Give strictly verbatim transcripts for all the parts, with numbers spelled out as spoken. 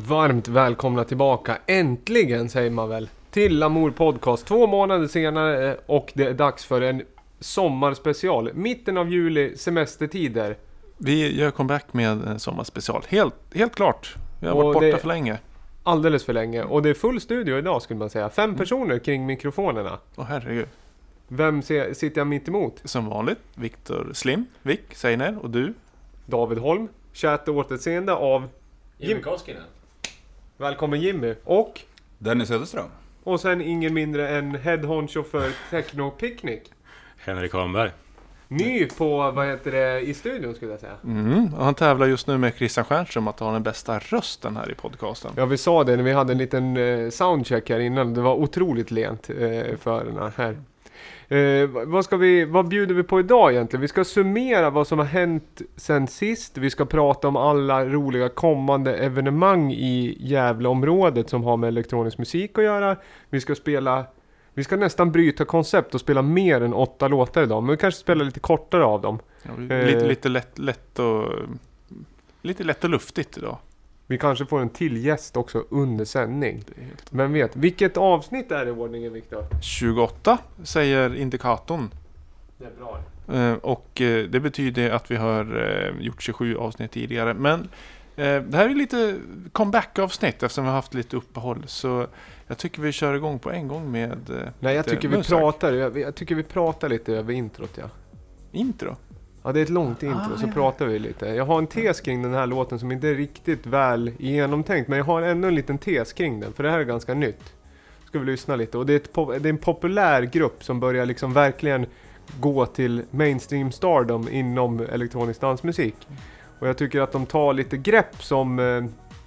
Varmt välkomna tillbaka, äntligen säger man väl, till Lamour Podcast. Två månader senare och det är dags för en sommarspecial. Mitten av juli, semestertider. Vi gör comeback med en sommarspecial, helt, helt klart. Vi har Och varit borta det- för länge. Alldeles för länge. Och det är full studio idag skulle man säga. Fem personer kring mikrofonerna. Åh herregud. Vem se- sitter jag mitt emot? Som vanligt, Viktor Slim, Vic, Seiner och du. David Holm. Kärt återseende av Jimmy Koskinen. Välkommen Jimmy. Och, Dennis Söderström. och sen ingen mindre än head honcho för Techno Picnic. Henrik Holmberg. Ny på, vad heter det, i studion skulle jag säga. Mm. Och han tävlar just nu med Christian Stjernström att ha den bästa rösten här i podcasten. Ja, vi sa det när vi hade en liten eh, soundcheck här innan. Det var otroligt lent eh, för den här. Eh, vad, ska vi, vad bjuder vi på idag egentligen? Vi ska summera vad som har hänt sen sist. Vi ska prata om alla roliga kommande evenemang i Gävleområdet som har med elektronisk musik att göra. Vi ska spela... Vi ska nästan bryta koncept och spela mer än åtta låtar idag. Men vi kanske spelar lite kortare av dem. Ja, lite, lite lätt, lätt och lite lätt och luftigt idag. Vi kanske får en till gäst också under sändning. Det är helt... Vem vet? Vilket avsnitt är det i ordningen, Viktor? tjugoåtta säger indikatorn. Det är bra. Eh, och eh, det betyder att vi har eh, gjort tjugosju avsnitt tidigare. Men eh, det här är lite comeback-avsnitt eftersom vi har haft lite uppehåll. Så jag tycker vi kör igång på en gång med eh, Nej, jag lite tycker vi musik. pratar jag, jag tycker vi pratar lite över introt, ja. Intro. Ja, det är ett långt intro, Ah, så ja. pratar vi lite. Jag har en tes kring den här låten som inte är riktigt väl genomtänkt, men jag har ändå en liten tes kring den, för det här är ganska nytt. Ska vi lyssna lite. Och det är, ett, po- det är en populär grupp som börjar liksom verkligen gå till mainstream stardom inom elektronisk dansmusik. Och jag tycker att de tar lite grepp som... Eh,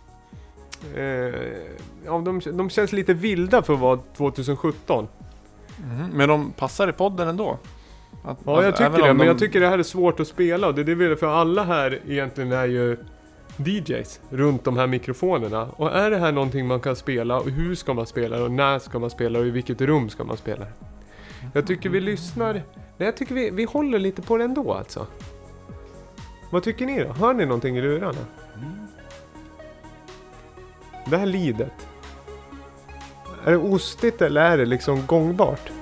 eh, ja, de, de känns lite vilda för att vara tjugosjutton. Mhm. Men de passar i podden ändå. Att, Ja, jag alltså, även tycker det, om men de- jag tycker det här är svårt att spela, och det är det vi vill, för alla här egentligen är ju D Js runt de här mikrofonerna. Och är det här någonting man kan spela, och hur ska man spela det, och när ska man spela och i vilket rum ska man spela det? Jag tycker vi lyssnar, nej, jag tycker vi, vi håller lite på det ändå alltså. Vad tycker ni då? Hör ni någonting i lurarna? Det här lidet. Är det ostigt eller är det liksom gångbart?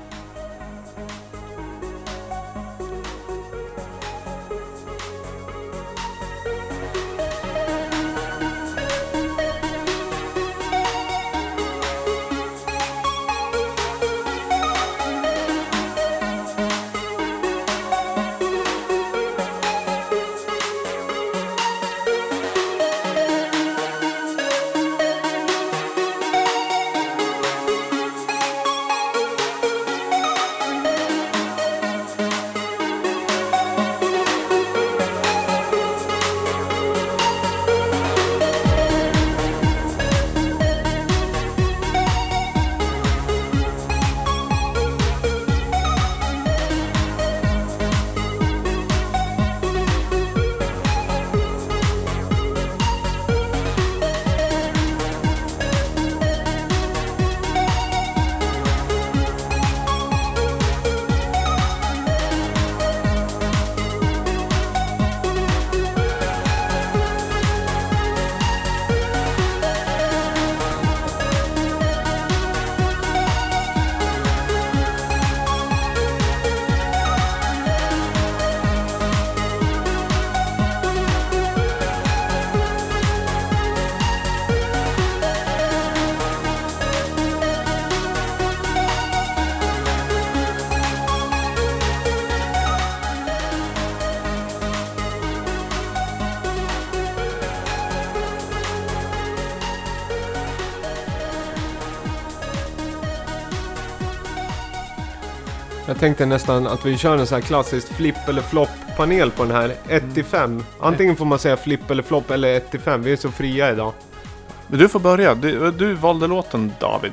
Jag tänkte nästan att vi kör en så här klassisk flip eller flop panel på den här ett till fem. Antingen får man säga flip eller flop eller ett till fem. Vi är så fria idag. Men du får börja. Du, du valde låten, David.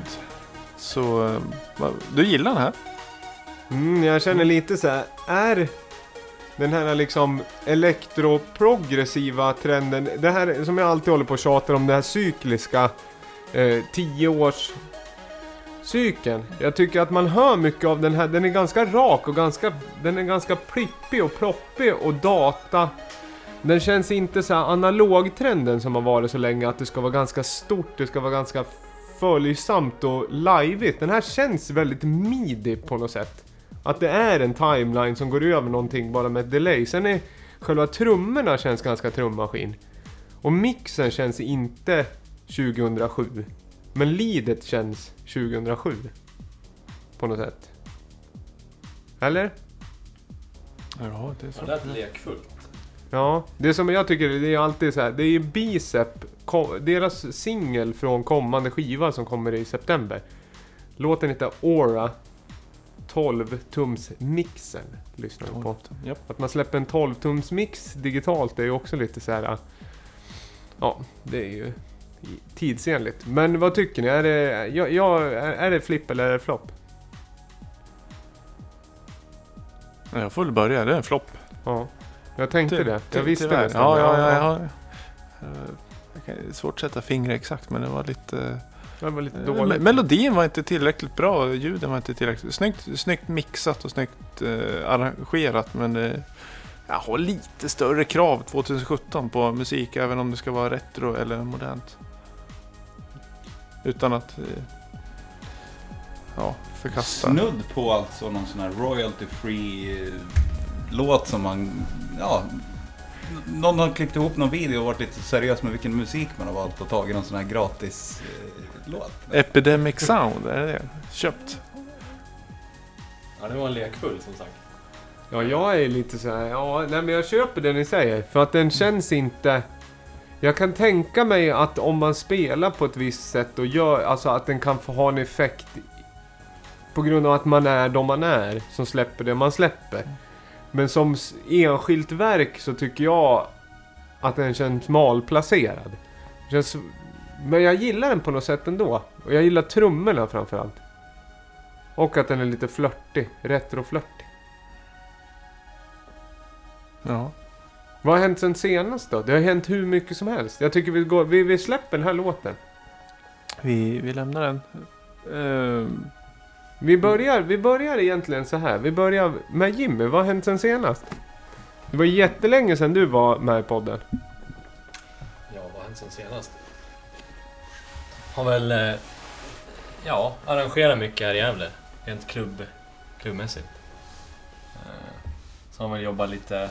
Så eh, va- du gillar den här? Mm, jag känner lite så här, är den här liksom elektroprogressiva trenden, det här som jag alltid håller på och tjatar om, det här cykliska eh, tio års cykeln. Jag tycker att man hör mycket av den här, den är ganska rak och ganska, den är ganska plippig och ploppig och data Den känns inte så här analogtrenden som har varit så länge, att det ska vara ganska stort, det ska vara ganska följsamt och liveigt. Den här känns väldigt midi på något sätt. Att det är en timeline som går över någonting bara med ett delay. Sen är själva trummorna känns ganska trummaskin. Och mixen känns inte tjugohundrasju. Men leadet känns tjugohundrasju. På något sätt. Eller? Ja, det är så. Det lät lekfullt. Ja, det som jag tycker, det är alltid så här. Det är Bicep, ko- deras singel från kommande skiva som kommer i september. Låten heter Aura. tolv tums mixen lyssnar vi på. Japp. Att man släpper en tolv tums mix digitalt är ju också lite så här. Ja, det är ju tidsenligt. Men vad tycker ni? Är det, ja, ja, är det flipp eller är det flopp? Jag får väl börja, det är en flopp. Ja, jag tänkte Ty- det. ty- Jag visste tyvärr. det. Ja, ja, ja, ja. Jag kan, det är svårt att sätta fingret exakt, men det var lite... Det var lite Eh, dåligt. me- Melodin var inte tillräckligt bra, ljuden var inte tillräckligt snyggt, snyggt mixat och snyggt eh, arrangerat, men eh, jag har lite större krav tjugosjutton på musik, även om det ska vara retro eller modernt. Utan att eh, ja, förkasta. Snudd på alltså någon sån här royalty free eh, låt som man, ja, någon har klippt ihop någon video och varit lite seriös med vilken musik man har valt och tagit någon sån här gratis eh, låt. Epidemic Sound, är det det? Köpt. Ja, det var en lekfull som sagt. Ja, jag är lite så här. Ja, nej, men jag köper det ni säger. För att den känns inte... Jag kan tänka mig att om man spelar på ett visst sätt och gör... Alltså att den kan få ha en effekt på grund av att man är de man är som släpper det man släpper. Men som s- enskilt verk så tycker jag att den känns malplacerad. Känns... Men jag gillar den på något sätt ändå. Och jag gillar trummorna framförallt. Och att den är lite flörtig. Retroflörtig. Ja. Vad har hänt sen senast då? Det har hänt hur mycket som helst. Jag tycker vi, går, vi, vi släpper den här låten. Vi, vi lämnar den. Uh, Vi börjar, vi börjar egentligen så här. Vi börjar med Jimmy. Vad har hänt sen senast? Det var jättelänge sedan du var med i podden. Ja, vad har hänt sen senast? Har väl, eh, ja, arrangerat mycket här i Gävle. Rent klubb, klubbmässigt. Eh, Så har väl jobbat lite,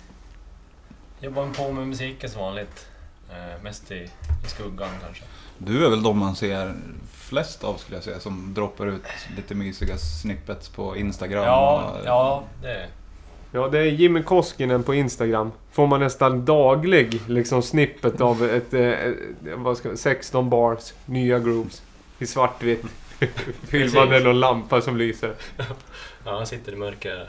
jobbat på med musiken som vanligt. Eh, Mest i, i skuggan kanske. Du är väl de man ser flest av, skulle jag säga, som droppar ut lite mysiga snippets på Instagram. Ja, och, ja, det är Ja, det är Jimmy Koskinen på Instagram. Får man nästan daglig liksom snippet av ett, eh, vad ska, sexton bars, nya grooves i svartvitt. Filmade någon lampa som lyser. Ja, han sitter i mörker.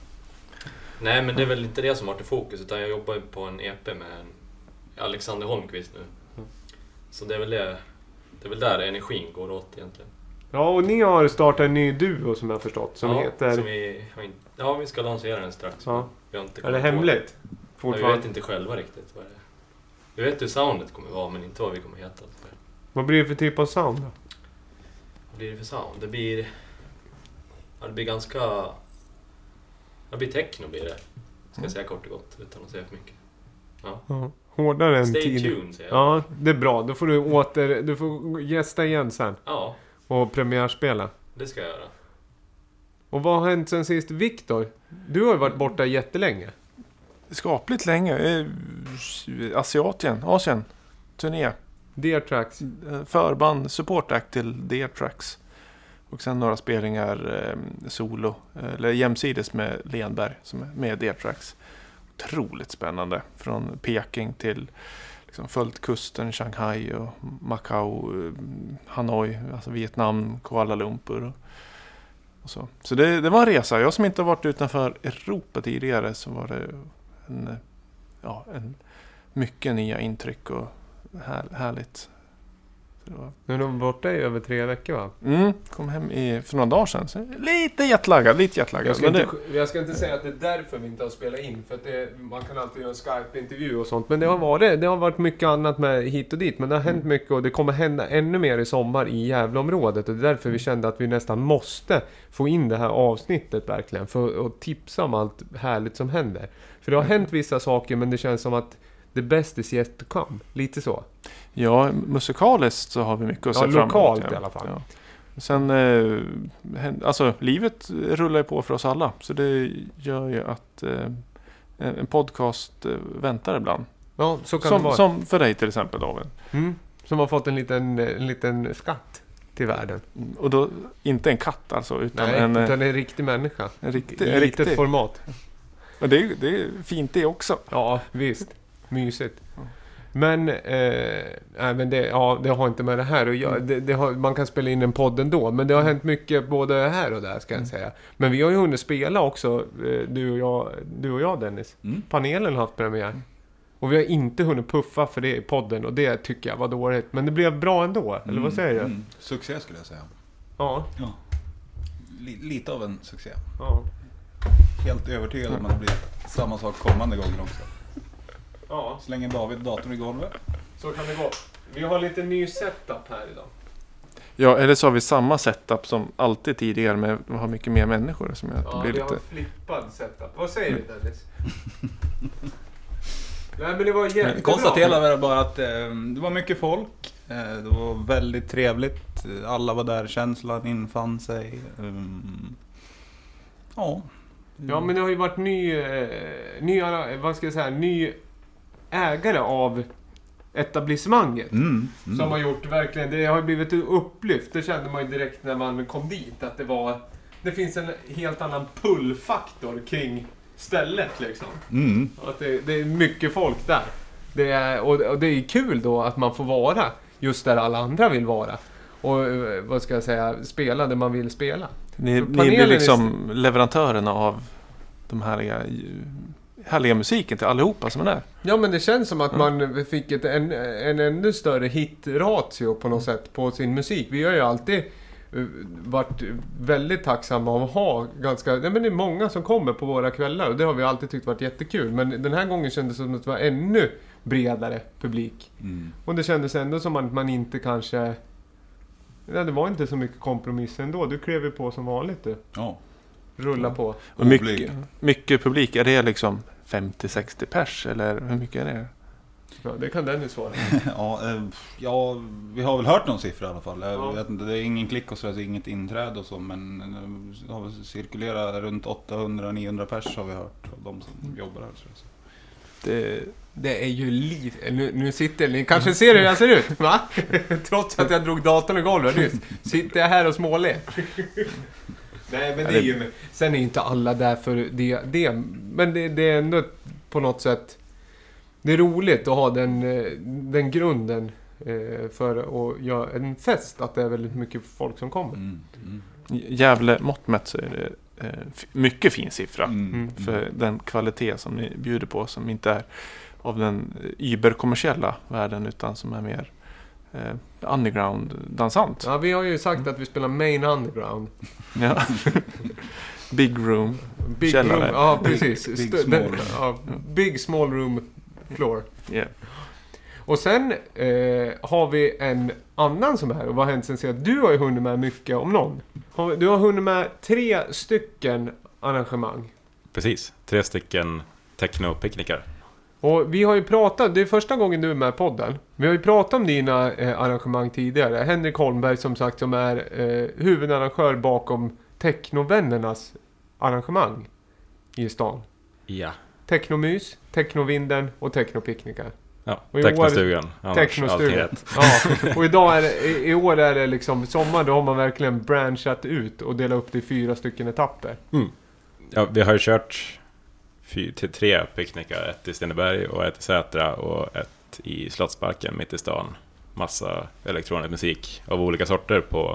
Nej, men det är väl inte det som har varit i fokus, utan jag jobbar ju på en E P med en Alexander Holmqvist nu. Så det är väl det, det är väl där energin går åt egentligen. Ja, och ni har startat en ny duo som jag har förstått. Som ja, heter... Som vi har in, ja, vi ska lansera den strax. Ja. Vi har inte Är det kommit på hemligt? Ja, vi Fortfarande. vet inte själva riktigt vad det är. Vi vet hur soundet kommer vara, men inte vad vi kommer heta. Vad blir det för typ av sound då? Vad blir det för sound? Det blir... Ja, det blir ganska... Det blir techno blir det. Ska jag säga kort och gott, utan att säga för mycket. Ja. Ja, hårdare än Stay tidigare. tuned, säger jag. Ja, det är bra. Då får du åter... Du får gästa igen sen. Ja, Och premiärspela. det ska jag göra. Och vad har hänt sen sist? Viktor, du har ju varit borta jättelänge. skapligt länge. Eh, Asiatien, Asien, turné. Dear Tracks. Eh, Förband, support act till Dear Tracks. Och sen några spelningar eh, solo, eller jämsides med Lenberg som är med Dear Tracks. Otroligt spännande. Från Peking till liksom, följt kusten, Shanghai och Macau, eh, Hanoi, alltså Vietnam, Kuala Lumpur och, och så. Så det, det var en resa. Jag som inte har varit utanför Europa tidigare, så var det en, ja, en mycket nya intryck och här, härligt. Det var... Nu är de borta i över tre veckor va? Mm, kom hem i, för några dagar sedan. Så lite jetlaggad, lite jetlaggad. Jag ska, Men inte, det... jag ska inte säga att det är därför vi inte har spelat in. För att det, man kan alltid göra en Skype-intervju och sånt. Men det har, varit, det har varit mycket annat med hit och dit. Men det har hänt mycket och det kommer hända ännu mer i sommar i Gävleområdet. Och det är därför vi kände att vi nästan måste få in det här avsnittet verkligen. För att tipsa om allt härligt som händer. För det har hänt vissa saker men det känns som att the best is yet to come. Lite så. Ja, musikaliskt så har vi mycket att se Ja, fram emot. lokalt Ja. i alla fall. Ja. Sen, eh, hän- alltså livet rullar ju på för oss alla. Så det gör ju att eh, en podcast eh, väntar ibland. Ja, så kan det Som, vara. som för dig till exempel, David. Mm. Som har fått en liten, en liten skatt till världen. Och då inte en katt alltså, utan Nej, en, eh, utan en riktig människa. en riktig. I En litet riktig. format. Men det är, det är fint det också. Ja, visst. Mysigt. Men, eh, nej, men det, ja, det har inte med det här att göra. Det, det har, man kan spela in en podd ändå. Men det har hänt mycket både här och där ska jag säga. Men vi har ju hunnit spela också, eh, du och jag, du och jag Dennis. Mm. Panelen har haft premiär. Och vi har inte hunnit puffa för det i podden. Och det tycker jag var dåligt. Men det blev bra ändå. Eller vad säger du? Mm. Succé skulle jag säga. Ja. Ja. Li- lite av en succé. Ja. Helt övertygad om att det blir samma sak kommande gånger också. Ja, Slänger David datorn i golvet. så kan det gå. Vi har lite ny setup här idag. Ja, eller så har vi samma setup som alltid tidigare, men vi har mycket mer människor som gör att Ja, det blir vi lite... har flippad setup. Vad säger du Dennis? Nej men det var jättebra. Konstaterar väl bara att eh, det var mycket folk. Eh, det var väldigt trevligt. Alla var där, känslan infann sig. Um, ja. Ja men det har ju varit ny, eh, ny, vad ska jag säga, ny ägare av etablissemanget. Mm, mm. Som har gjort verkligen, det har ju blivit upplyft. Det kände man ju direkt när man kom dit. Att det var, det finns en helt annan pullfaktor kring stället liksom. Mm. Att det, det är mycket folk där. Det är, och, och det är kul då att man får vara just där alla andra vill vara. Och eh, vad ska jag säga, spela där man vill spela. Ni, Så ni panelen blir är liksom leverantörerna av de härliga, härliga musiken till allihopa som är där. Ja men det känns som att man fick ett, en, en ännu större hitratio på något sätt på sin musik. Vi har ju alltid uh, varit väldigt tacksamma av att ha ganska, nej men det är många som kommer på våra kvällar och det har vi alltid tyckt varit jättekul. Men den här gången kändes det som att det var ännu bredare publik. Mm. Och det kändes ändå som att man inte kanske, nej det var inte så mycket kompromiss ändå. Du klev ju på som vanligt du. Ja. Rulla på. Och mycket, Oblyg. mycket publik, är det liksom femtio sextio pers eller hur mycket är det? Ja, det kan Dennis svara. Ja, eh, ja, vi har väl hört någon siffra i alla fall. Jag Ja. vet inte, det är ingen klick och så, det är inget inträde och så, men eh, det har väl cirkulerat runt åttahundra niohundra pers har vi hört av de som jobbar här. Så. Det, Det är ju lite... Nu, nu sitter ni... Kanske ser hur jag ser ut, va? Trots att jag drog datorn i golvet nyss. Sitter jag här och småler. Nej, men det är ju... Sen är ju inte alla där för det. det men det, det är ändå på något sätt... Det är roligt att ha den, eh, den grunden eh, för att göra en fest. Att det är väldigt mycket folk som kommer. Mm, mm, Gävle mått mätt så är det eh, f- mycket fin siffra. mm, Mm. För den kvalitet som ni bjuder på, som inte är av den überkommersiella världen utan som är mer eh, underground dansant. Ja, vi har ju sagt att vi spelar Main Underground. Ja. Big room. Big Källare. room, ja precis. Big St- small den- room. ja, big small room floor. Yeah. Och sen eh, har vi en annan som är här. Och vad har hänt sen senast? Du har ju hunnit med mycket om någon. Har- Du har hunnit med tre stycken arrangemang. Precis, tre stycken techno-picknickar. Och vi har ju pratat, det är första gången du är med i podden. Vi har ju pratat om dina eh, arrangemang tidigare. Henrik Holmberg som sagt som är eh, huvudarrangör bakom Technovännernas arrangemang i stan. Ja, Technomys, Technovinden och Technopicknickar. ja. Och i år- Technostugan. Annars allting Technostugan. rätt. Ja, och idag är det, i, i år är det liksom sommar, då har man verkligen branchat ut och delat upp det i fyra stycken etapper. Ja, vi har ju kört fy, till tre picknickar. Ett i Stenberg och ett i Sätra och ett i Slottsparken mitt i stan. Massa elektronisk musik av olika sorter på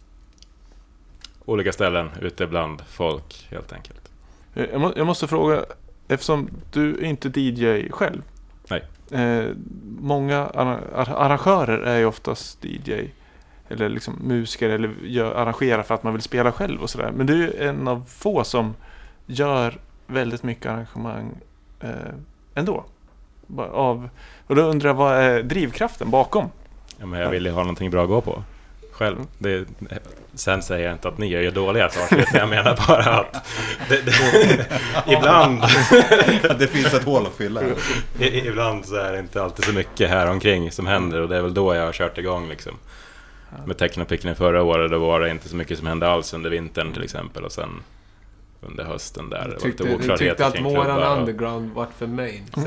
olika ställen ute bland folk helt enkelt. Eh, Jag, må, jag måste fråga, eftersom du är inte D J själv. Nej. eh, många ar- arrangörer är ju oftast D J eller liksom musiker eller gör, arrangerar för att man vill spela själv och sådär. Men du är en av få som gör väldigt mycket arrangemang eh, ändå. Av, och då undrar jag, vad är drivkraften bakom? Ja, men jag vill ju ha någonting bra att gå på själv. Det, sen säger jag inte att ni gör dåliga saker. Jag menar bara att det, det, ibland det finns ett hål att fylla. Ibland så är det inte alltid så mycket här omkring som händer. Och det är väl då jag har kört igång liksom. Med Technopickning förra året, då var det inte så mycket som hände alls under vintern till exempel. Och sen under hösten där. Du tyckte, det var du tyckte att våran underground och... vart för mig. ja.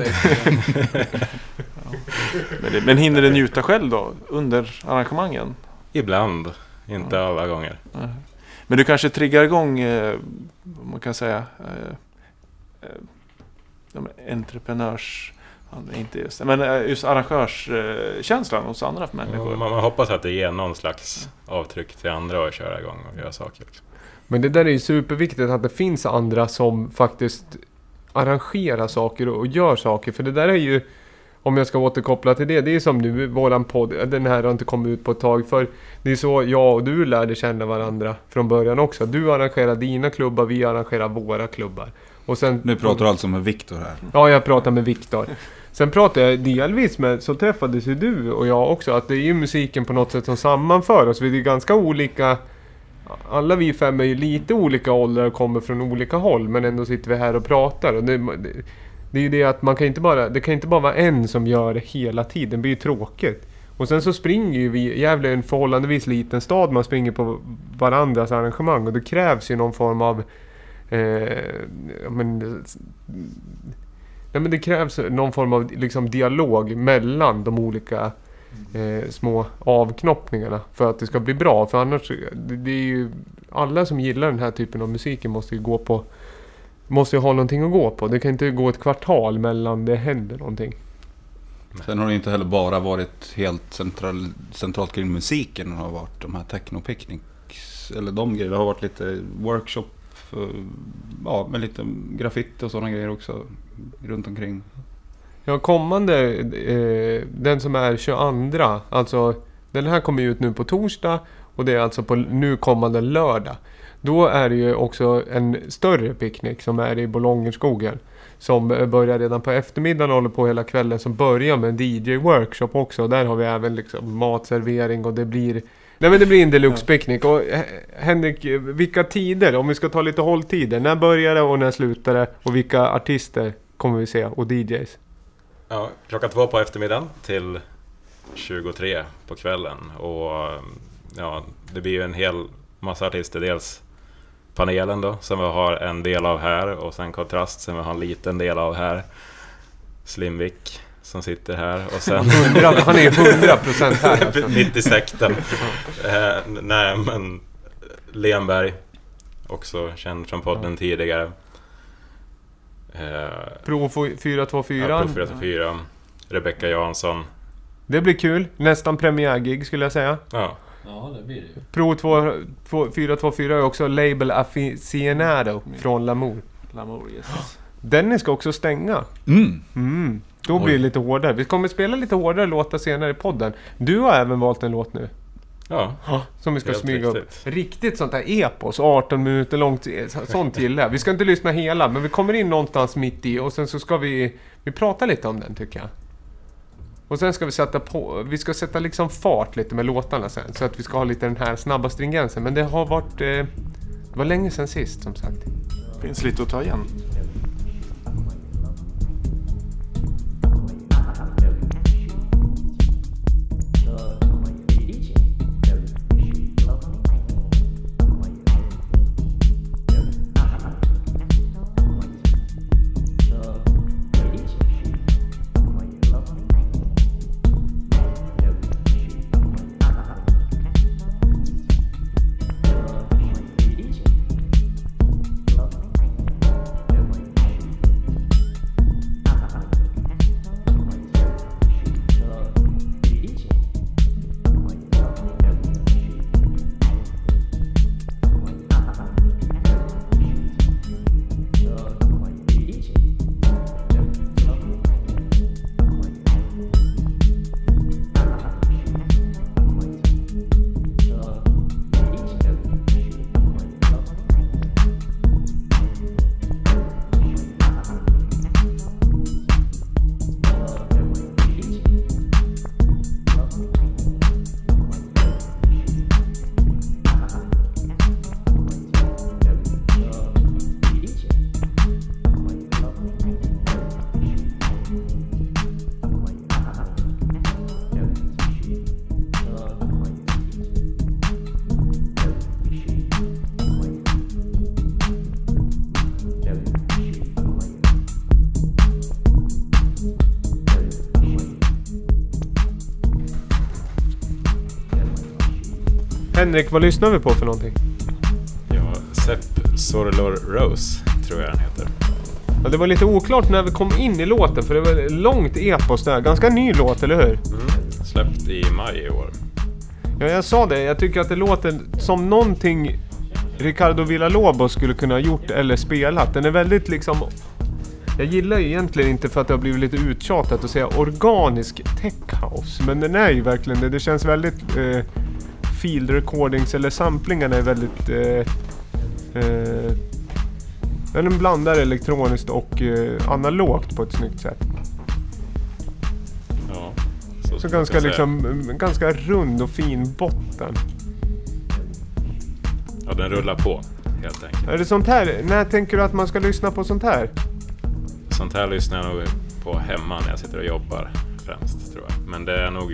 men, det, men hinner du njuta själv då under arrangemangen? Ibland, inte ja. alla gånger. Mm. Men du kanske triggar igång, eh, man kan säga, eh, eh, entreprenörs... inte just, men just arrangörskänslan hos andra människor. Ja, man, man hoppas att det ger någon slags avtryck till andra och köra igång och göra saker. Liksom. Men det där är ju superviktigt att det finns andra som faktiskt arrangerar saker och gör saker. För det där är ju, om jag ska återkoppla till det, det är som nu, våran podd, den här har inte kommit ut på ett tag. För det är så jag och du lärde känna varandra från början också. Du arrangerar dina klubbar, vi arrangerar våra klubbar. Och sen, nu pratar du alltså med Viktor här. Ja, jag pratar med Viktor. Sen pratar jag delvis med, så träffades ju du och jag också, att det är ju musiken på något sätt som sammanför oss. Vi är ganska olika, alla vi fem är ju lite olika åldrar och kommer från olika håll, men ändå sitter vi här och pratar. Och det, det, det är ju det att man kan inte bara, det kan inte bara vara en som gör det hela tiden, det blir ju tråkigt. Och sen så springer ju vi, Gävle är en förhållandevis liten stad, man springer på varandras arrangemang och det krävs ju någon form av eh, men, nej, men det krävs någon form av liksom dialog mellan de olika eh, små avknoppningarna för att det ska bli bra. För annars, det, det är ju, alla som gillar den här typen av musik måste ju gå på, måste ju ha någonting att gå på. Det kan inte gå ett kvartal mellan det händer någonting. Sen har det inte heller bara varit helt central, centralt kring musiken. Det har varit de här techno-picnics eller de grejer. Det har varit lite workshop för, ja, med lite graffiti och sådana grejer också runt omkring. Ja, kommande eh, den som är tjugoandra, alltså den här kommer ut nu på torsdag och det är alltså på nu kommande lördag. Då är det ju också en större picknick som är i Bolongerskogen som börjar redan på eftermiddagen och håller på hela kvällen, som börjar med en D J-workshop också. Där har vi även liksom matservering och det blir, nej men det blir en deluxe-picknick. Och Henrik, vilka tider, om vi ska ta lite hålltider, när börjar det och när slutar det och vilka artister kommer vi se och D Js? Ja, klockan två på eftermiddagen till tjugotre på kvällen. Och ja, det blir ju en hel massa artister. Dels panelen då, som vi har en del av här, och sen Kontrast som vi har en liten del av här. Slimvik som sitter här och sen han är hundra procent här alltså. Mitt i sekten. eh, nej men Lenberg också känd från podden ja. tidigare. Eh, Pro fyra två fyra. Ja, Pro fyra två fyra. Rebecca Jansson. Det blir kul. Nästan premiärgig skulle jag säga. Ja. Ja, det blir det ju. Pro fyra två fyra är också label aficionado från Lamour. Lamour, yes. Den ska också stänga. Mm. Mm. Då blir det lite hårdare. Vi kommer spela lite hårdare låtar senare i podden. Du har även valt en låt nu. Ja. Som vi ska Helt smyga riktigt. upp. Riktigt sånt här epos, arton minuter långt. Sånt gillar jag. Vi ska inte lyssna hela, men vi kommer in någonstans mitt i. Och sen så ska vi, vi prata lite om den tycker jag. Och sen ska vi sätta på, vi ska sätta liksom fart lite med låtarna sen. Så att vi ska ha lite den här snabba stringensen. Men det har varit, eh, det var länge sedan sist som sagt. Finns lite att ta igen. Love Henrik, vad lyssnar vi på för någonting? Ja, Sepp Sorlor Rose tror jag den heter. Ja, det var lite oklart när vi kom in i låten, för det var långt epos där. Ganska ny låt, eller hur? Mm. Släppt i maj i år. Ja, jag sa det. Jag tycker att det låter som någonting Ricardo Villalobos skulle kunna ha gjort eller spelat. Den är väldigt liksom... Jag gillar ju egentligen inte för att det har blivit lite uttjatat att säga organisk tech house. Men den är ju verkligen det. Det känns väldigt... Eh, field recordings eller samplingarna är väldigt... Eh, eh, den blandar elektroniskt och eh, analogt på ett snyggt sätt. Ja, Så ganska liksom, ganska rund och fin botten. Ja, den rullar på helt enkelt. Är det sånt här? När tänker du att man ska lyssna på sånt här? Sånt här lyssnar jag nog på hemma när jag sitter och jobbar främst, tror jag. Men det är nog...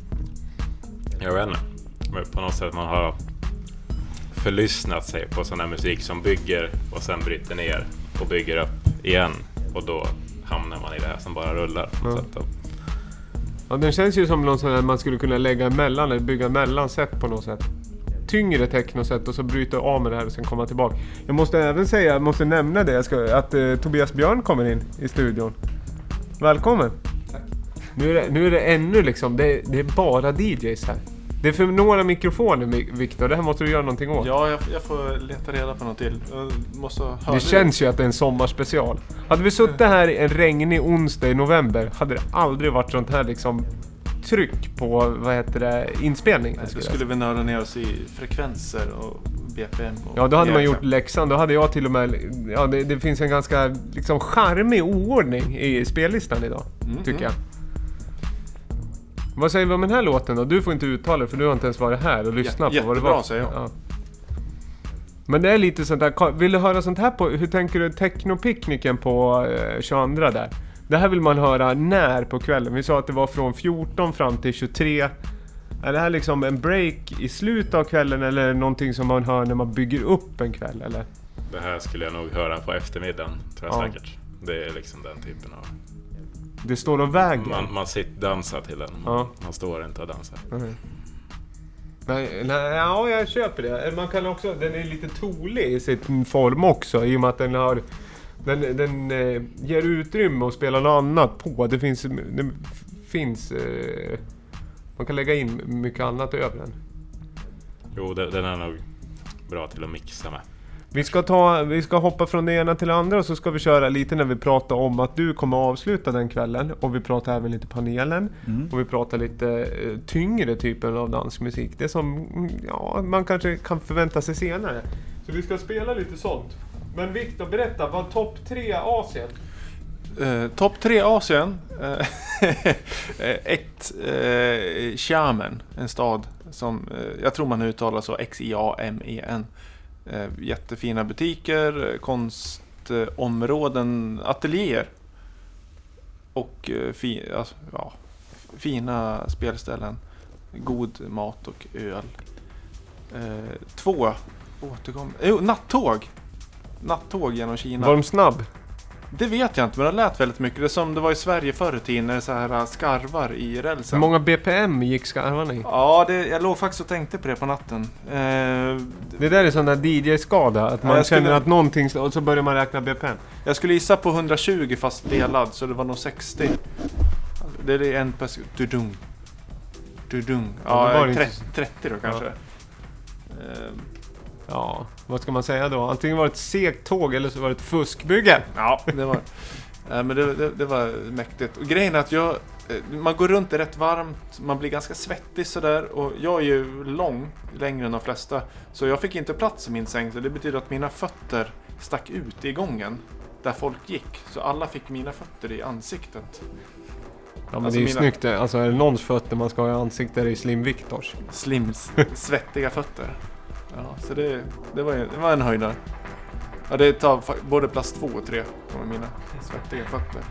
Jag vet inte. Men på något sätt man har förlyssnat sig på sån här musik som bygger och sen bryter ner och bygger upp igen. Och då hamnar man i det här som bara rullar. På Ja. sätt då. Ja, den känns ju som någon sån här man skulle kunna lägga emellan eller bygga mellansätt på något sätt. Tyngre technosätt och så bryta av med det här och sen komma tillbaka. Jag måste även säga, jag måste nämna det, jag ska, att eh, Tobias Björn kommer in i studion. Välkommen! Tack. Nu är det, nu är det ännu liksom, det, det är bara D Js här. Det är för några mikrofoner, Viktor, det här måste du göra någonting åt. Ja, jag, jag får leta reda på något till. Jag måste höra Det känns ju att det är en sommarspecial. Hade vi suttit här en regnig onsdag i november hade det aldrig varit sånt här liksom tryck på, vad heter det, inspelning. Då skulle vi nörda ner oss i frekvenser och B P M. Och Ja, då hade man E X M. gjort läxan. Då hade jag till och med... Ja, det, det finns en ganska liksom charmig oordning i spellistan idag, Mm, tycker mm. jag. Vad säger vi om den här låten då? Du får inte uttala det för du har inte ens varit här och lyssnat Ja, på vad det jättebra, var. säger jag. Ja. Men det är lite sånt där... Vill du höra sånt här på... Hur tänker du technopikniken på eh, tjugoandra där? Det här vill man höra när på kvällen? Vi sa att det var från fjorton fram till tjugotre. Är det här liksom en break i slutet av kvällen eller är det någonting som man hör när man bygger upp en kväll, eller? Det här skulle jag nog höra på eftermiddagen, tror jag Ja. säkert. Det är liksom den typen av... Det står och väger. Man, man sitter dansar till den. Ja. Man står inte och dansar. Mm. Nej, nej, ja, jag köper det. Man kan också, den är lite tolig i sin form också, i och med att den har den, den eh, ger utrymme att spela något annat på. Det finns, det finns eh, man kan lägga in mycket annat över den. Jo, det, den är nog bra till att mixa med. Vi ska, ta, vi ska hoppa från det ena till det andra och så ska vi köra lite när vi pratar om att du kommer att avsluta den kvällen. Och vi pratar även lite panelen. Mm. Och vi pratar lite eh, tyngre typen av dansmusik. Det som mm, ja, man kanske kan förvänta sig senare. Så vi ska spela lite sånt. Men Viktor, berätta, vad topp tre Asien? Eh, Topp tre Asien. Eh, ett, eh, Xiamen, en stad som eh, jag tror man uttalar så, X I A M E N. Eh, jättefina butiker, konstområden, ateljéer och eh, fi, alltså, ja, fina spelställen, god mat och öl. Eh, två, återkom, jo, nattåg. Nattåg genom Kina. Var de snabb? Det vet jag inte, men det lät väldigt mycket. Det är som det var i Sverige förr i tiden, när det så här skarvar i Hur rälsen. många B P M gick skarvarna i? Ja, det, jag låg faktiskt och tänkte på det på natten. Eh, Det där är sån där D J-skada. Att man jag skulle- känner att någonting... Och så börjar man räkna B P M. jag skulle gissa på hundratjugo fast delad, så det var nog sextio. Det är en person. Dudung. Dudung. Ja, det Ja, var inte- trettio, trettio då kanske. Eh, Ja, vad ska man säga då? Antingen var det ett segt tåg eller så var det ett fuskbygge. Ja, det var, äh, men det, det, det var mäktigt. Och grejen är att jag, eh, man går runt, det är rätt varmt, man blir ganska svettig sådär. Och jag är ju lång, längre än de flesta. Så jag fick inte plats i min säng. Så det betyder att mina fötter stack ut i gången där folk gick. Så alla fick mina fötter i ansiktet. Ja, men Alltså det är ju mina- snyggt. det. Alltså är det någons fötter man ska ha i ansiktet är det Slim Viktors. Slims, svettiga fötter. Ja, så det, det, var, det var en höjdare. Ja, det tar fa- både plats två och tre med mina svettiga fötter.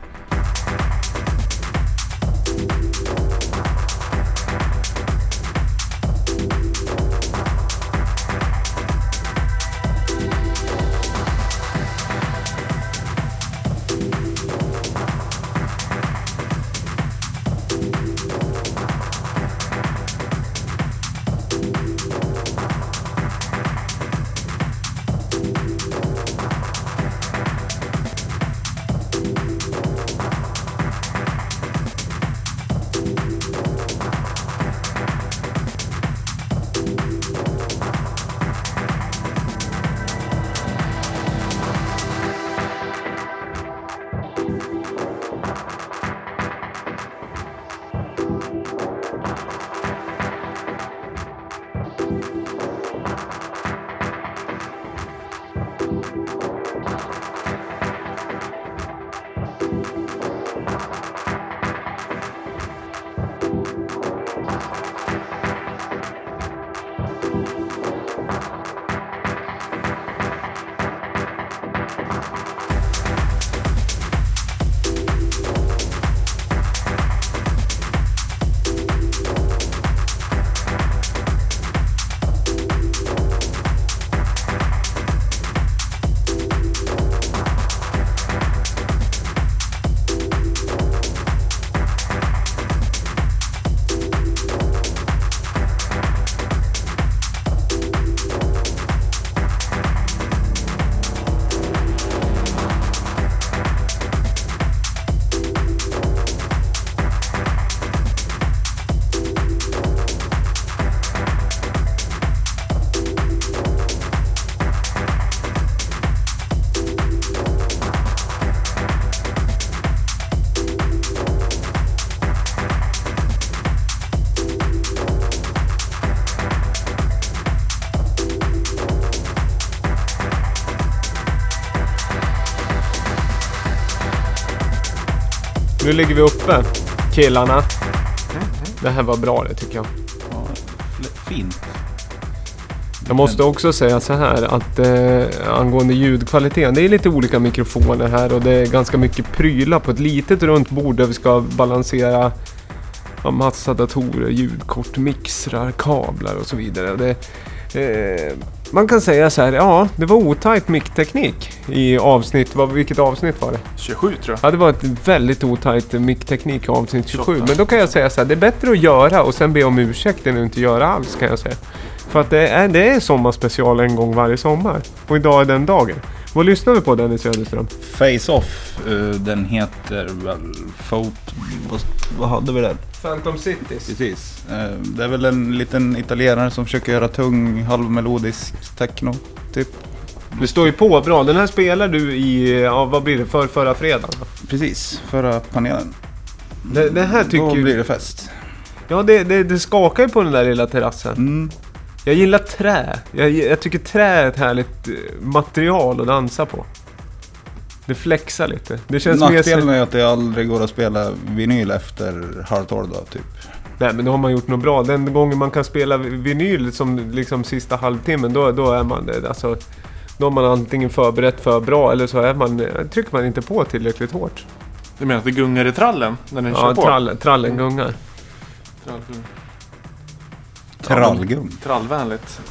Nu ligger vi uppe, killarna. Det här var bra det tycker jag. Ja, fl- fint. Jag måste också säga så här att eh, angående ljudkvaliteten, det är lite olika mikrofoner här och det är ganska mycket prylar på ett litet runt bord där vi ska balansera ja, massa datorer, ljudkort, mixrar, kablar och så vidare. Det, eh, man kan säga så här, ja det var otajt mickteknik i avsnitt, vad, vilket avsnitt var det? tjugosju tror jag. Ja det var ett väldigt otajt mickteknik i avsnitt tjugosju, tjugosju. men då kan jag säga så här, det är bättre att göra och sen be om ursäkt än att inte göra alls kan jag säga. För att det är, det är sommarspecial en gång varje sommar. Och idag är den dagen. Vad lyssnar vi på Dennis Söderström? Face Off, uh, den heter väl Fot... Vad, vad hade vi där? Phantom Cities. Precis. Uh, det är väl en liten italienare som försöker göra tung, halvmelodisk techno, typ. Det står ju på bra. Den här spelar du i, ja vad blir det, för förra fredagen? Precis, förra panelen. Det, det här tycker Då ju... blir det fest. Ja det, det, det skakar ju på den där lilla terrassen. Mm. Jag gillar trä. Jag, jag tycker trä är ett härligt eh, material att dansa på. Det flexar lite. Det känns mer... Nackdelen är att det aldrig går att spela vinyl efter halv tolv då, typ. Nej men då har man gjort något bra. Den gången man kan spela vinyl som liksom sista halvtimmen, då, då är man det. Alltså, då har man antingen förberett för bra eller så är man, trycker man inte på tillräckligt hårt. Du menar att det gungar i trallen när den Ja, kör på? trall, trallen gungar. Trallgung. Trallgung. Trallvänligt.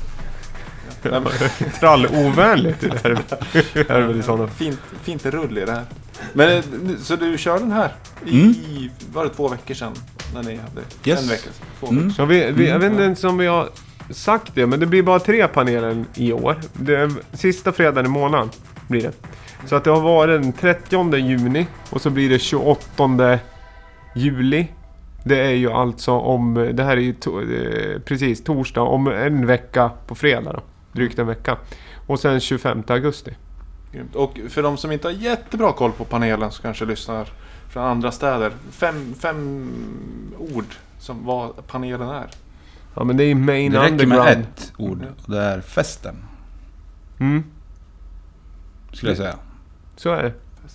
Trallovänligt är det här. Det här är väl sådana. Fint, fint rull i det här. Men eh, så du kör den här i, Mm. var det två veckor sedan när ni hade Yes. en vecka sedan? Två Mm. veckor. Så vi, vi, jag vet inte ens om vi har sagt det, men det blir bara tre paneler i år. Det är sista fredagen i månaden blir det. Så att det har varit den trettionde juni och så blir det tjugoåttonde juli. Det är ju alltså om, det här är ju to- eh, precis torsdag, om en vecka på fredag då. Drygt en vecka. Och sen tjugofemte augusti. Grymt. Och för de som inte har jättebra koll på panelen så kanske lyssnar från andra städer. Fem, fem ord som vad panelen är. Ja men det är main Det räcker underground. med ett ord, och det är festen, Mm, skulle jag säga. så är det.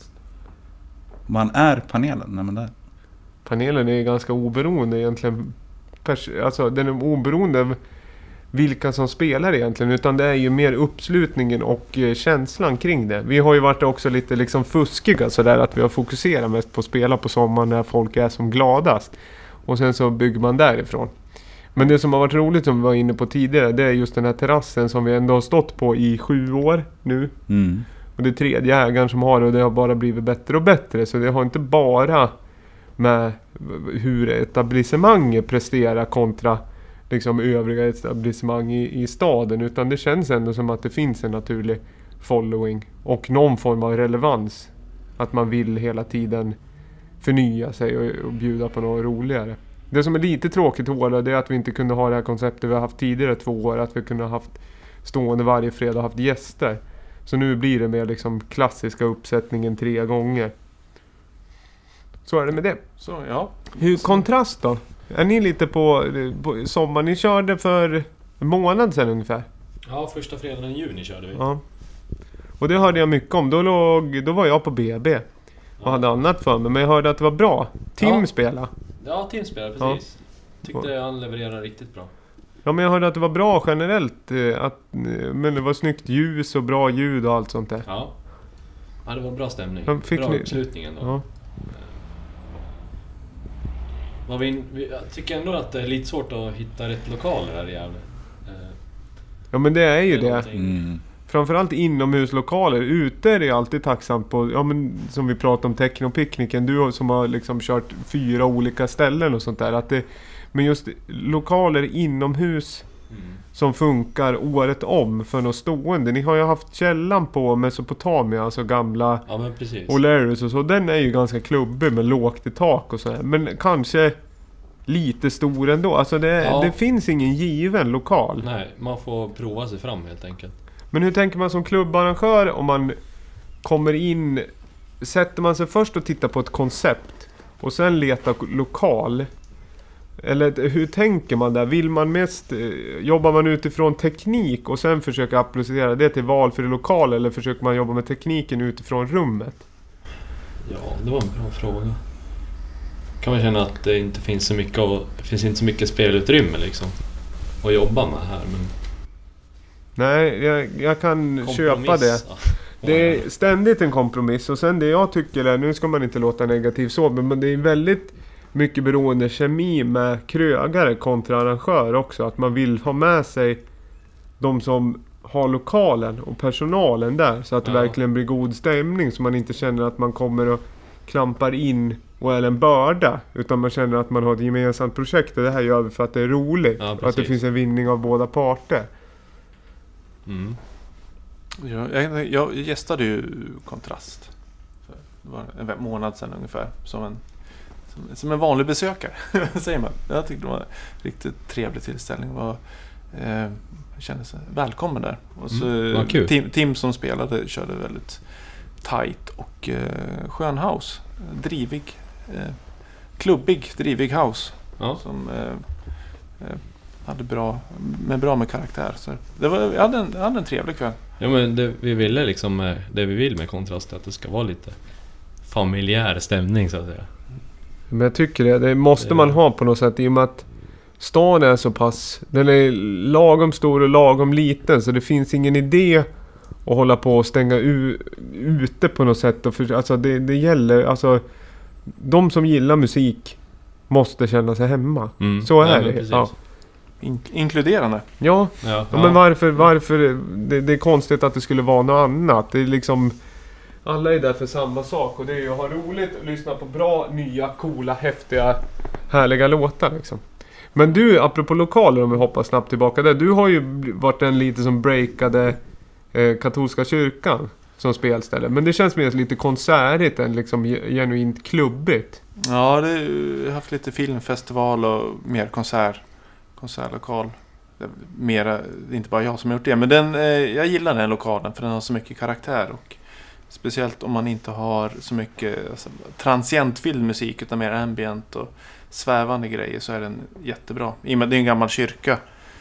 Man är panelen när man är där. Panelen är ganska oberoende egentligen. Pers- alltså den är oberoende av vilka som spelar egentligen, utan det är ju mer uppslutningen och eh, känslan kring det. Vi har ju varit också lite liksom fuskiga sådär, att vi har fokuserat mest på att spela på sommaren när folk är som gladast. Och sen så bygger man därifrån. Men det som har varit roligt som vi var inne på tidigare, det är just den här terrassen som vi ändå har stått på i sju år nu. Mm. Och det är tredje ägaren som har det och det har bara blivit bättre och bättre. Så det har inte bara med hur etablissemanget presterar kontra liksom övriga etablissemang i, i staden, utan det känns ändå som att det finns en naturlig following och någon form av relevans, att man vill hela tiden förnya sig och, och bjuda på något roligare. Det som är lite tråkigt i år, det är att vi inte kunde ha det här konceptet vi har haft tidigare två år, att vi kunde ha haft stående varje fredag och haft gäster. Så nu blir det mer liksom klassiska uppsättningen tre gånger. Så är det med det. Så ja. Hur kontrast då? Är ni lite på, på sommar? Ni körde för en månad sedan ungefär. Ja, första fredagen i juni körde vi. Ja. Och det hörde jag mycket om. Då, låg, då var jag på B B och Ja. hade annat för mig. Men jag hörde att det var bra. Tim Ja. spelade. Ja, Tim spelade precis. Tyckte han levererade riktigt bra. Ja, men jag hörde att det var bra generellt. eh, Att, eh, men det var snyggt ljus och bra ljud och allt sånt där. Ja. Ja, det var bra stämning. Men fick bra ni- uppslutning ändå. Ja. Var vi, vi, jag tycker ändå att det är lite svårt att hitta rätt lokaler här i Gävle. Eh, Ja, men det är ju är det. någonting- Mm. Framförallt inomhuslokaler. Ute är det alltid tacksamt på, ja men som vi pratade om technopicknicken, du som har liksom kört fyra olika ställen och sånt där. Att det, men just lokaler inomhus Mm. som funkar året om för något stående. Ni har ju haft källan på Mesopotamia, alltså gamla Ja, men precis. O'Larrys och så. Den är ju ganska klubbig med lågt i tak och så här. Men kanske lite stor ändå. Alltså det, Ja. det finns ingen given lokal. Nej, man får prova sig fram helt enkelt. Men hur tänker man som klubbarrangör om man kommer in, sätter man sig först och tittar på ett koncept och sen letar lokal? Eller hur tänker man där? Vill man mest, eh, jobbar man utifrån teknik och sen försöka applicera det till valfri lokal, eller försöker man jobba med tekniken utifrån rummet? Ja, det var en bra fråga. kan man känna att det inte finns så mycket och, det finns inte så mycket spelutrymme liksom att jobba med här, men Nej, jag, jag kan köpa det. ja. Det är ständigt en kompromiss, och sen det jag tycker är, nu ska man inte låta negativ så, men det är väldigt mycket beroende kemi med krögare kontra arrangör också. Att man vill ha med sig de som har lokalen och personalen där, så att det Ja. verkligen blir god stämning, så man inte känner att man kommer och klampar in och är en börda, utan man känner att man har ett gemensamt projekt och det här gör vi för att det är roligt, Ja, och att det precis. finns en vinning av båda parter. Mm. Jag, jag, jag gästade ju Kontrast för det var en månad sedan ungefär, som en, som, som en vanlig besökare, säger man. Jag tyckte det var en riktigt trevlig tillställning. Det var, eh, jag kände sig välkommen där. Och så, Mm, vad kul. Tim, Tim som spelade körde väldigt tight och eh, skön house. Drivig, eh, klubbig, drivig house. Ja. Som eh, eh, hade bra med, bra med karaktär. Så det var, jag, hade en, jag hade en trevlig kväll. Ja, men det vi ville liksom, eh, det vi vill med Kontrast är att det ska vara lite familjär stämning så att säga. Men jag tycker det, det måste Det- man ha på något sätt, i och med att stan är så pass, den är lagom stor och lagom liten, så det finns ingen idé att hålla på och stänga u- ute på något sätt. Och för, alltså det, det gäller, alltså de som gillar musik måste känna sig hemma. Mm. Så är Ja, det. men precis. Ja. In, inkluderande. Ja, Ja, ja, ja. men varför, varför det, det är konstigt att det skulle vara något annat. Det är liksom, alla är där för samma sak, och det är ju att ha roligt och lyssna på bra, nya, coola, häftiga, härliga låtar liksom. Men du, apropå lokaler, om vi hoppar snabbt tillbaka där, du har ju bl- varit en lite som breakade eh, katolska kyrkan som spelställe, men det känns mer lite konsertigt än liksom ge- genuint klubbigt. Ja, det, jag har haft lite filmfestival och mer konsert, konsertlokal. Det är Mera, det är inte bara jag som har gjort det, men den, eh, jag gillar den lokalen för den har så mycket karaktär, och speciellt om man inte har så mycket alltså, transient filmmusik utan mer ambient och svävande grejer, så är den jättebra. I och med att det är en gammal kyrka,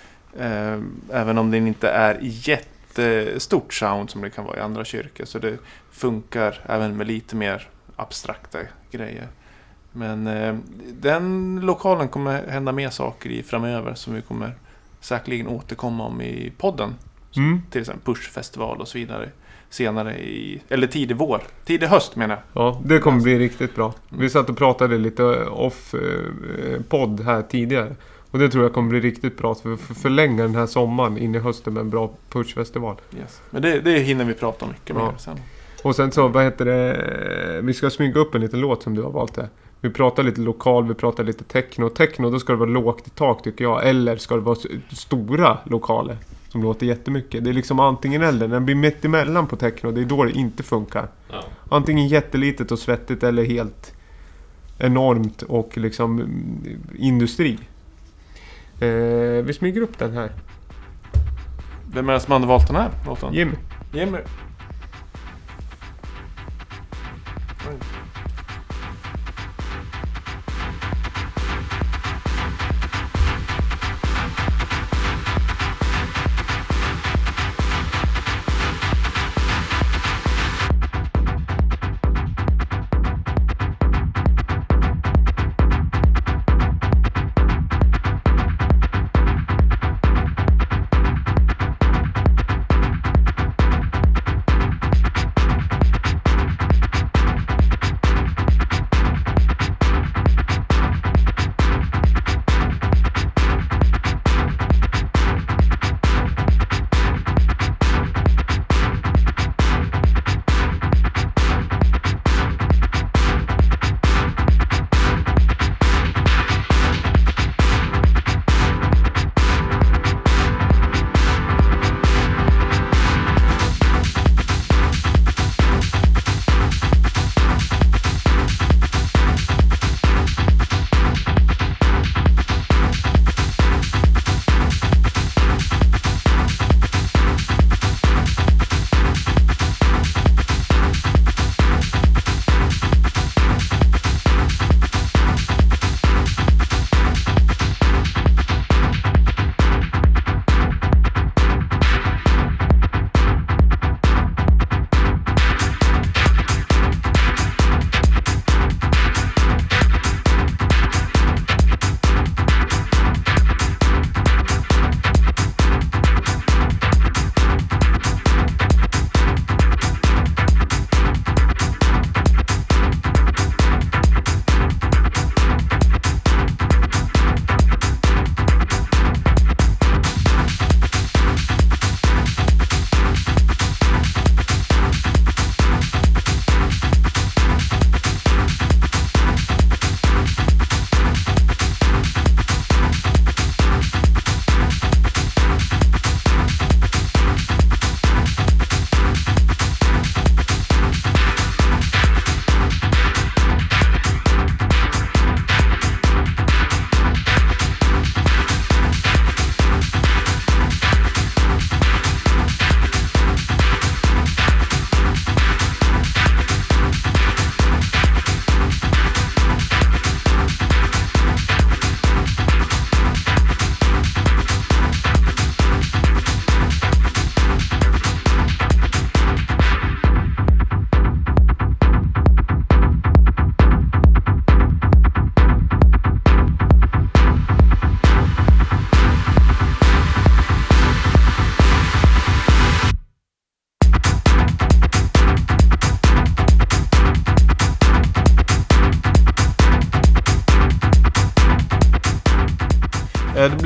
eh, även om den inte är jättestort sound som det kan vara i andra kyrkor, så det funkar även med lite mer abstrakta grejer. Men eh, den lokalen kommer hända mer saker i framöver som vi kommer säkerligen återkomma om i podden. Som Mm. till exempel Push-festival och så vidare. Senare i, eller tidig vår, tidig höst menar jag. Ja, det kommer bli riktigt bra. Vi satt och pratade lite off eh, podd här tidigare, och det tror jag kommer bli riktigt bra för att förlänga den här sommaren in i hösten med en bra pushfestival. Yes. Men det, det hinner vi prata mycket Ja. mer sen. Och sen så, vad heter det, vi ska smyga upp en liten låt som du har valt där. Vi pratar lite lokal, vi pratar lite techno. Techno, då ska det vara lågt i tak tycker jag. Eller ska det vara s- stora lokaler som låter jättemycket. Det är liksom antingen eller. När det blir mitt emellan på techno, det är då det inte funkar. Ja. Antingen jättelitet och svettigt eller helt enormt och liksom mm, industri. Eh, vi smyger upp den här. Vem är det som hade valt den här låten? Jimmy. Jimmy.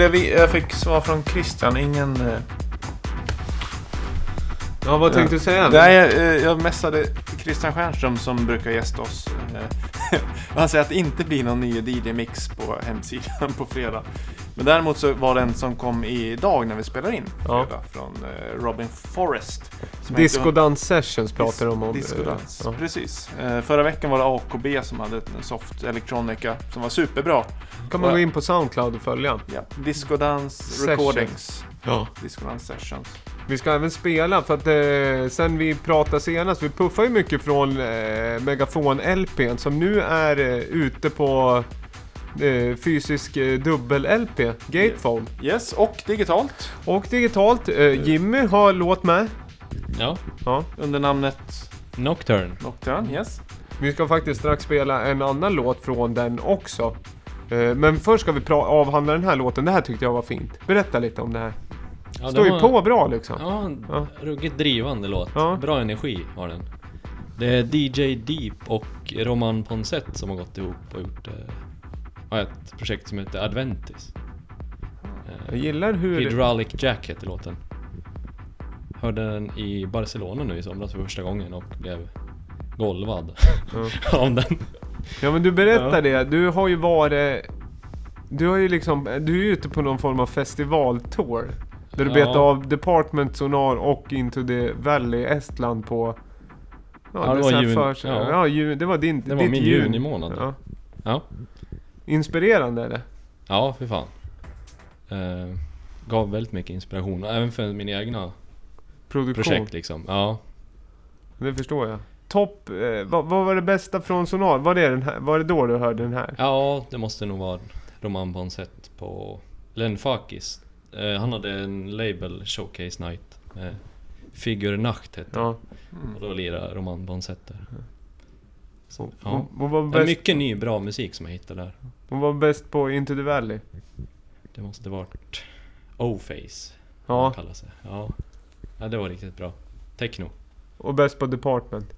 jag, jag fick svar från Christian, ingen... Eh, Ja, vad tänkte du säga? Nej, jag, jag messade Christian Stjernström som brukar gästa oss. Han säger att det inte blir någon ny D J-mix på hemsidan på fredag. Men däremot så var det en som kom idag när vi spelar in. Ja. Fredag, från eh, Robin Forrest. Disco Dance Sessions pratar de om. Disco Dance, Ja. precis. Eh, förra veckan var det A K B som hade en soft electronica som var superbra. Kan man gå in på Soundcloud och följa. Ja, Disco Dance Sessions. Recordings. Ja. Disco Dance Sessions. Vi ska även spela för att eh, sen vi pratade senast, vi puffar ju mycket från eh, Megafon-L P:n som nu är eh, ute på eh, fysisk eh, dubbel-L P, Gatefold. Yes, och digitalt. Och digitalt, eh, Jimmy har låt med. Ja, Ja. Under namnet Nocturne. Nocturne, yes. Vi ska faktiskt strax spela en annan låt från den också. Eh, men först ska vi pra- avhandla den här låten, det här tyckte jag var fint. Berätta lite om det här. Ja, Står ju var- på bra liksom. Ja, en Ja. ruggigt drivande låt. Ja. Bra energi har den. Det är D J Deep och Roman Ponsett som har gått ihop och gjort eh, ett projekt som heter Adventis. Jag Eh, gillar hur... Hydraulic Jack heter låten. Hörde den i Barcelona nu i somras för första gången och blev golvad Ja. av den. Ja men du berättar Ja. det, du har ju varit... Du har ju liksom, du är ju ute på någon form av festivaltour. Där du Ja. betar av Department Sonar och Into the Valley, Estland på... Ja, det är var så här juni- för- ja. ja, ju, det var din, Det var ditt min jun. juni månad. Ja. Ja, Inspirerande eller? ja för fan. Eh, gav väldigt mycket inspiration, även för mina egna Produktion. projekt liksom. Ja. Det förstår jag. Topp, eh, vad, vad var det bästa från Sonar? Var det, den här, var det då du hörde den här? Ja, det måste nog vara Roman Ponsett på Len Fakis. Eh, han hade en label showcase night. Eh, Figure Nacht hette det. Ja. Och då lirade Roman Ponsett där. Så, Och, ja. och, och var Det är bäst, mycket ny bra musik som jag hittade där. och var bäst på Into the Valley? Det måste varit O-Face. Ja. vad det kallar sig. Ja. Ja, det var riktigt bra. Techno. Och bäst på Department?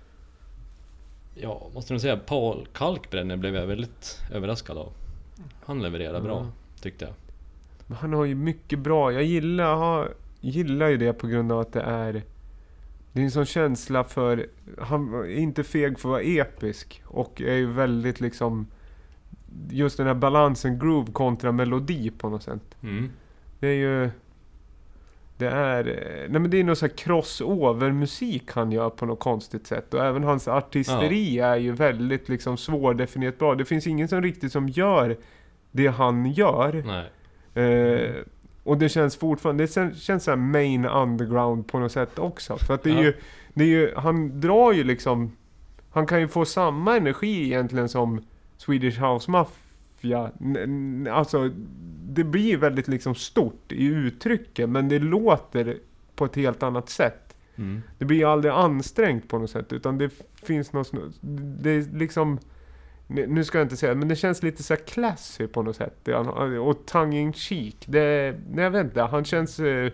Ja, måste nog säga Paul Kalkbrenner blev jag väldigt överraskad av. Han levererade bra, Mm. tyckte jag. Men han har ju mycket bra. Jag gillar, har, gillar ju det på grund av att det är... Det är en sån känsla för... Han är inte feg för att vara episk. Och är ju väldigt liksom... Just den här balansen groove kontra melodi på något sätt. Mm. Det är ju... Det är... Nej men det är någon sån här crossover-musik han gör på något konstigt sätt. Och även hans artisteri är ju väldigt liksom svårdefinierat bra. Det finns ingen som riktigt som gör det han gör. Nej. Eh, och det känns fortfarande, det kän- känns så här main underground på något sätt också. För att det är Ja. ju, det är ju, han drar ju liksom, han kan ju få samma energi egentligen som Swedish House Mafia. N- n- alltså, det blir väldigt liksom stort i uttrycket, men det låter på ett helt annat sätt. Mm. Det blir aldrig ansträngt på något sätt, utan det finns något, sn- det är liksom, nu ska jag inte säga, men det känns lite så här classy på något sätt. Det- Och tongue in cheek. Det, nej, jag vet inte, han känns... eh,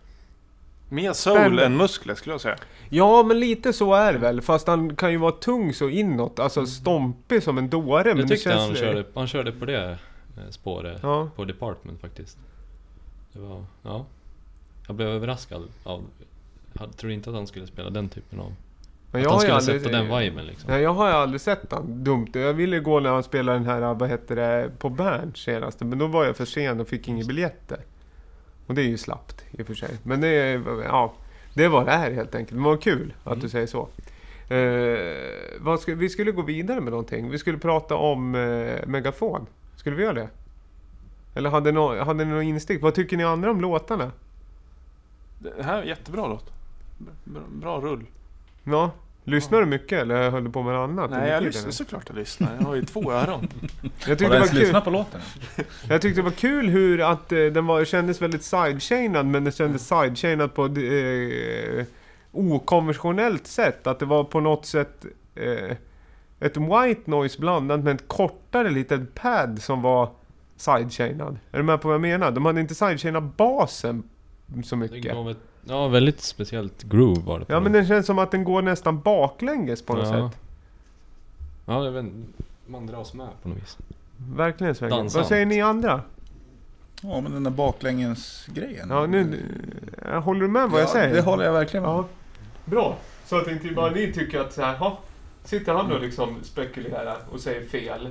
Mer soul Spännande. än muskler skulle jag säga. Ja, men lite så är det väl. Fast han kan ju vara tung så inåt. Alltså stompig som en dåre. Men Jag det tyckte känns han li- körde, han körde på det eh, spåret Ja. på Department faktiskt. Det var, ja. Jag blev överraskad av... Jag trodde inte att han skulle spela den typen av... Men att jag han har ju skulle aldrig- sätta den viben liksom. Nej, jag har ju aldrig sett han dumt. Jag ville gå när han spelade den här, vad heter det, på Berns senaste. Men då var jag för sen och fick inga biljetter. Och det är ju slappt i och för sig. Men det är, ja, det var det här helt enkelt. Det var kul att Mm. du säger så. Eh, vad ska, vi skulle gå vidare med någonting. Vi skulle prata om eh, Megafon. Skulle vi göra det? Eller hade, no, hade ni någon instick? Vad tycker ni andra om låtarna? Det här är jättebra låt. Bra, bra rull. Ja, lyssnar du mycket eller höll du på med något annat? Nej, under jag tiden? lyssnar såklart jag lyssnar. Jag har ju två öron. Jag tyckte Har det du var ens kul. lyssnat på låten? Jag tyckte det var kul hur att eh, den var, kändes väldigt sidechainad, men den kändes sidechainad på ett eh, okonventionellt sätt. Att det var på något sätt eh, ett white noise blandat med ett kortare litet pad som var sidechainad. Är du med på vad jag menar? De hade inte sidechainat basen så Det mycket. gav ett, ja, väldigt speciellt groove var det på Ja, men den. den känns som att den går nästan baklänges på något Ja. sätt. Ja, jag vet, man dras med på något vis. Verkligen Sven. Vad Dansant. säger ni andra? Ja, men den där baklängens grejen. Ja, nu, håller du med vad ja, jag säger? det håller jag verkligen med. Ja. Bra. Så att inte bara ni tycker att så här, ha, sitter han och liksom spekulerar och säger fel.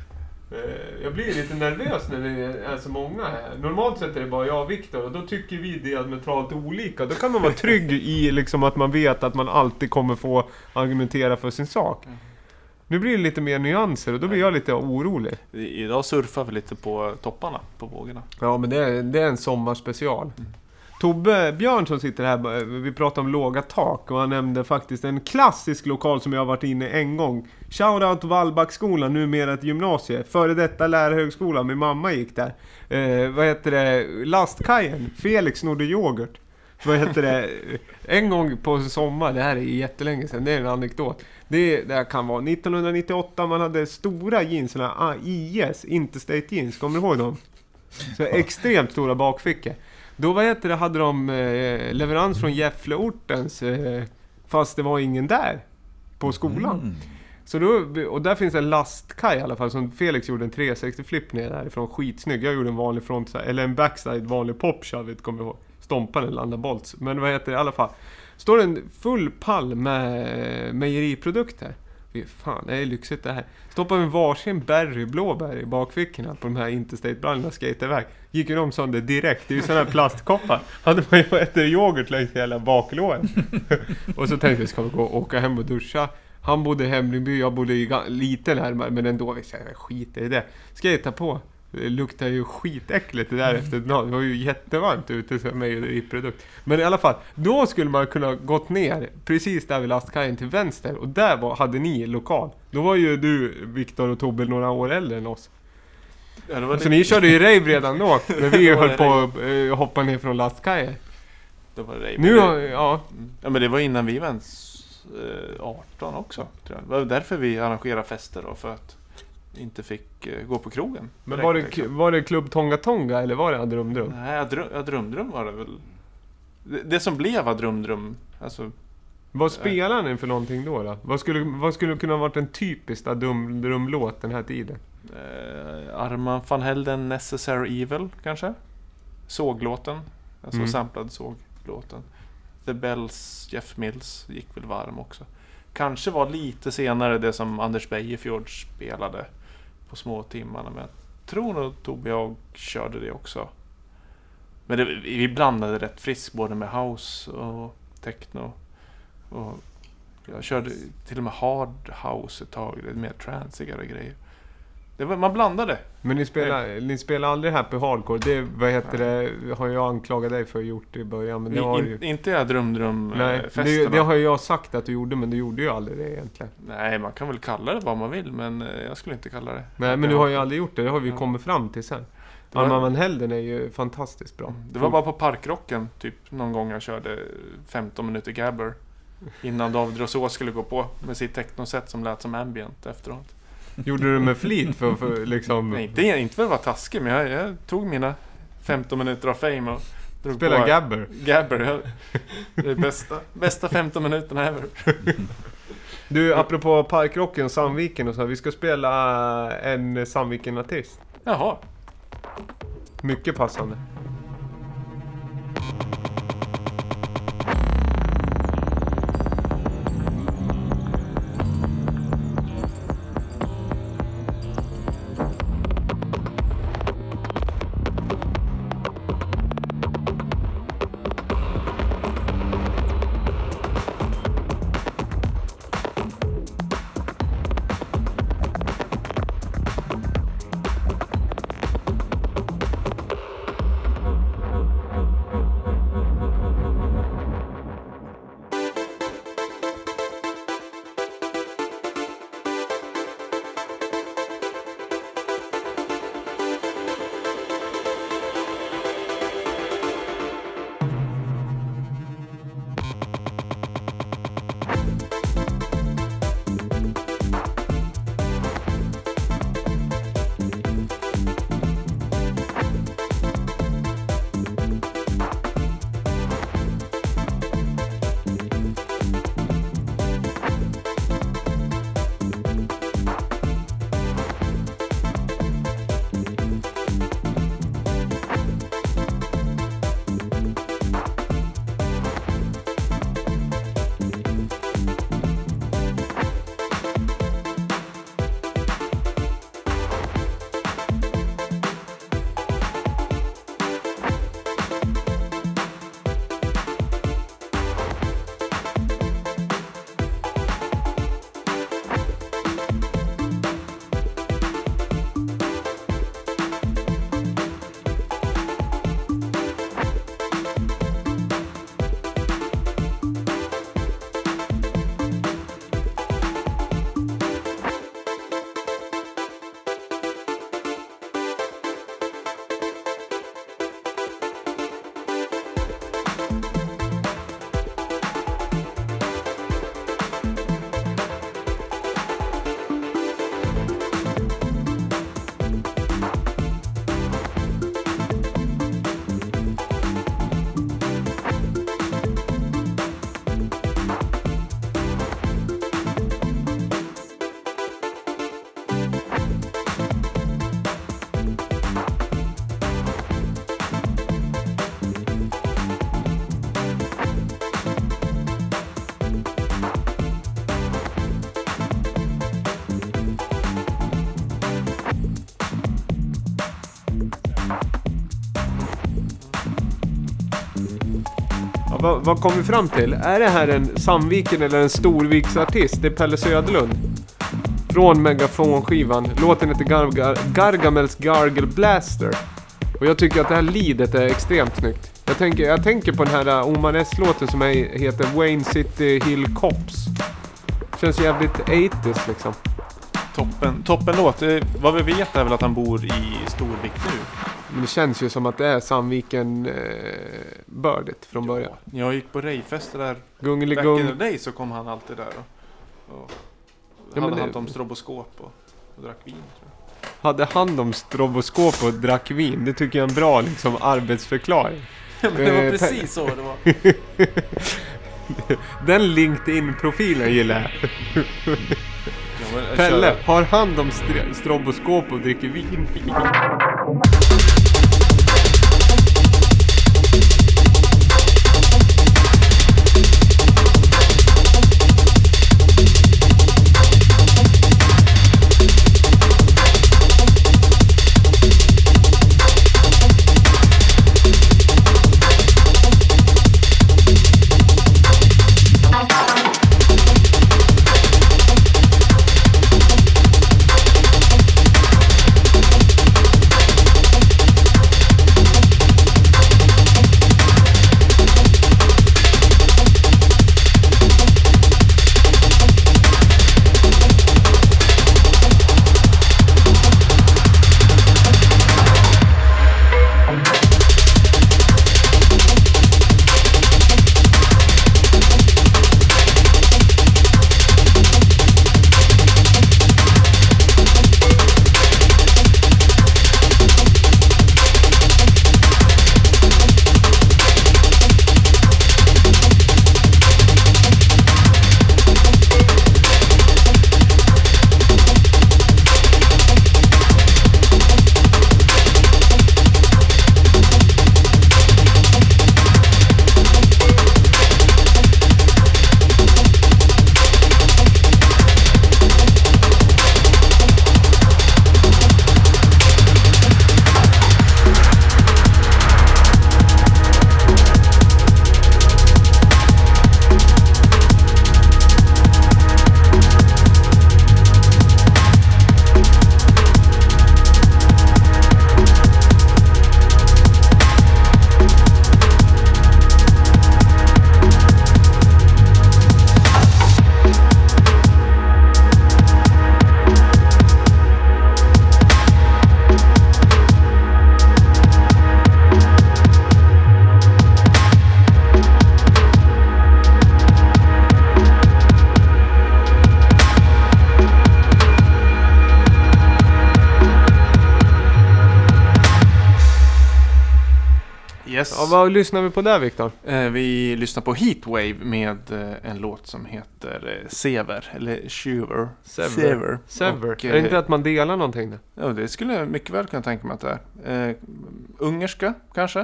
Eh, Jag blir lite nervös när det är så många här. Normalt sett är det bara jag och Viktor och då tycker vi diametralt olika. Då kan man vara trygg i liksom att man vet att man alltid kommer få argumentera för sin sak. Nu blir det lite mer nyanser och då blir jag lite orolig. I- Idag surfar vi lite på topparna, på vågorna. Ja, men det är, det är en sommarspecial. Tobbe Björn som sitter här, vi pratade om låga tak och han nämnde faktiskt en klassisk lokal som jag har varit inne i en gång. Shoutout Vallbackskolan, numera ett gymnasie. Före detta lärarhögskola, min mamma gick där. Eh, vad heter det? Lastkajen. Felix snodde yoghurt. Vad heter det? En gång på sommar, det här är jättelänge sedan, det är en anekdot. Det, det här kan vara nittonhundranittioåtta, man hade stora jeans, såna här I S, Interstate jeans, kommer du ihåg dem? Så extremt stora bakfickor. Då vad heter det, hade de eh, leverans från Gefleortens, eh, fast det var ingen där på skolan. Mm. Så då, och där finns en lastkaj i alla fall, som Felix gjorde en trehundrasextio flip ner därifrån, skitsnygg. Jag gjorde en vanlig frontside, eller en backside, vanlig popshove, kommer jag ihåg. Stompa den, landa bolts. Men vad heter det i alla fall? Står en full pall med mejeriprodukter. Fy fan, det är lyxigt det här. Stoppar en varsin berry, blåbär i bakfickorna på de här Interstate-brallorna, skate iväg. Gick ju de sönder direkt, det är ju sådana här plastkoppar. Hade man ju ätit yoghurt längs hela baklåren. Och så tänkte vi, ska vi gå och åka hem och duscha. Han bodde i Hemlingby, jag bodde i ga- lite närmare, men ändå, vi säger skit i det. Skata på. Det luktar ju skitäckligt det där efter ett dag. Det var ju jättevarmt ute för mig i produkt. Men i alla fall, då skulle man kunna gått ner precis där vid lastkajen till vänster. Och där var, hade ni lokal. Då var ju du, Viktor och Tobbe, några år äldre än oss. Ja, det var Så det- ni körde ju rave redan då. Men vi Då var höll det på att eh, hoppa ner från lastkajen. Det var det. Nu har, ja. Mm. Ja, men det var innan vi var ens eh, arton också, tror jag. Det var därför vi arrangerade fester då, för att inte fick eh, gå på krogen. Men direkt, var det, liksom. var det Klubb Tonga Tonga eller var det Adrumdrum? Nej, Adrum, Adrumdrum var det väl. Det, det som blev Adrumdrum, alltså. Vad spelar ni för någonting då? då? Vad, skulle, vad skulle kunna ha varit en typisk Adrumdrum-låt den här tiden? Eh, Arman van Helden, Necessary Evil, kanske? Såglåten. Alltså Mm. samplad såglåten. The Bells, Jeff Mills gick väl varm också. Kanske var lite senare det som Anders Bejefjord spelade på små timmarna. Men jag tror nog Tobbe och jag körde det också. Men det, vi blandade rätt friskt både med house och techno. Och jag körde till och med hard house ett tag. Det är mer transigare grejer. Det var, man blandade. Men ni spelar, ni spelar aldrig Happy Hardcore. Det, vad heter det, har jag anklagat dig för att gjort i början. Men det har In, ju... inte jag drömdröm Nej, eh, det, festerna. det har ju jag sagt att du gjorde, men du gjorde ju aldrig det egentligen. Nej, man kan väl kalla det vad man vill, men eh, jag skulle inte kalla det. Nej, men du har ju aldrig gjort det. Det har vi ju Ja. kommit fram till sen. Det var- Arman van Helden är ju fantastiskt bra. Det var bara på Parkrocken, typ någon gång jag körde femton minuter Gabber. Innan David Rousseau skulle gå på med sitt technoset som lät som ambient efteråt. Gjorde du med flit för, för liksom... Nej, inte, inte för att vara taskig, men jag, jag tog mina femton minuter av fame och drog Spela på Gabber. Gabber. Jag- Det är bästa, bästa femton minuterna ever. Du, apropå Parkrocken och Sandviken och så här, vi ska spela en Sandviken-artist. Jaha. Mycket passande. Ja, vad, vad kom vi fram till? Är det här en Sandviken eller en Storviksartist? Det är Pelle Söderlund. Från Megafonskivan. Låten heter Gar- Gargamels Gargle Blaster. Och jag tycker att det här leadet är extremt snyggt. Jag tänker, jag tänker på den här Omar S-låten som är, heter Wayne City Hill Cops. Känns jävligt åttiotalet liksom. Toppen, toppenlåt. Eh, Vad vi vet är väl att han bor i Storvik nu. Men det känns ju som att det är Sandviken eh, bördigt från början. Jag gick på rejfester där. Back in the Gungeligung. day så kom han alltid där och, och Ja, hade men hand det- om stroboskop och, och drack vin. Tror jag. Hade hand om stroboskop och drack vin. Det tycker jag är en bra liksom, arbetsförklaring. Men det var Eh, precis så det var. Den LinkedIn-profilen gillar jag. Ja, men jag Pelle kör- har hand om str- stroboskop och dricker vin. Yes. Ja, vad lyssnar vi på där, Viktor? Eh, vi lyssnar på Heatwave med eh, en låt som heter eh, Sever, eller Shiver. Sever. Sever. Och, är det eh, inte att man delar någonting där? Ja, det skulle jag mycket väl kunna tänka mig att det är. Eh, ungerska, kanske?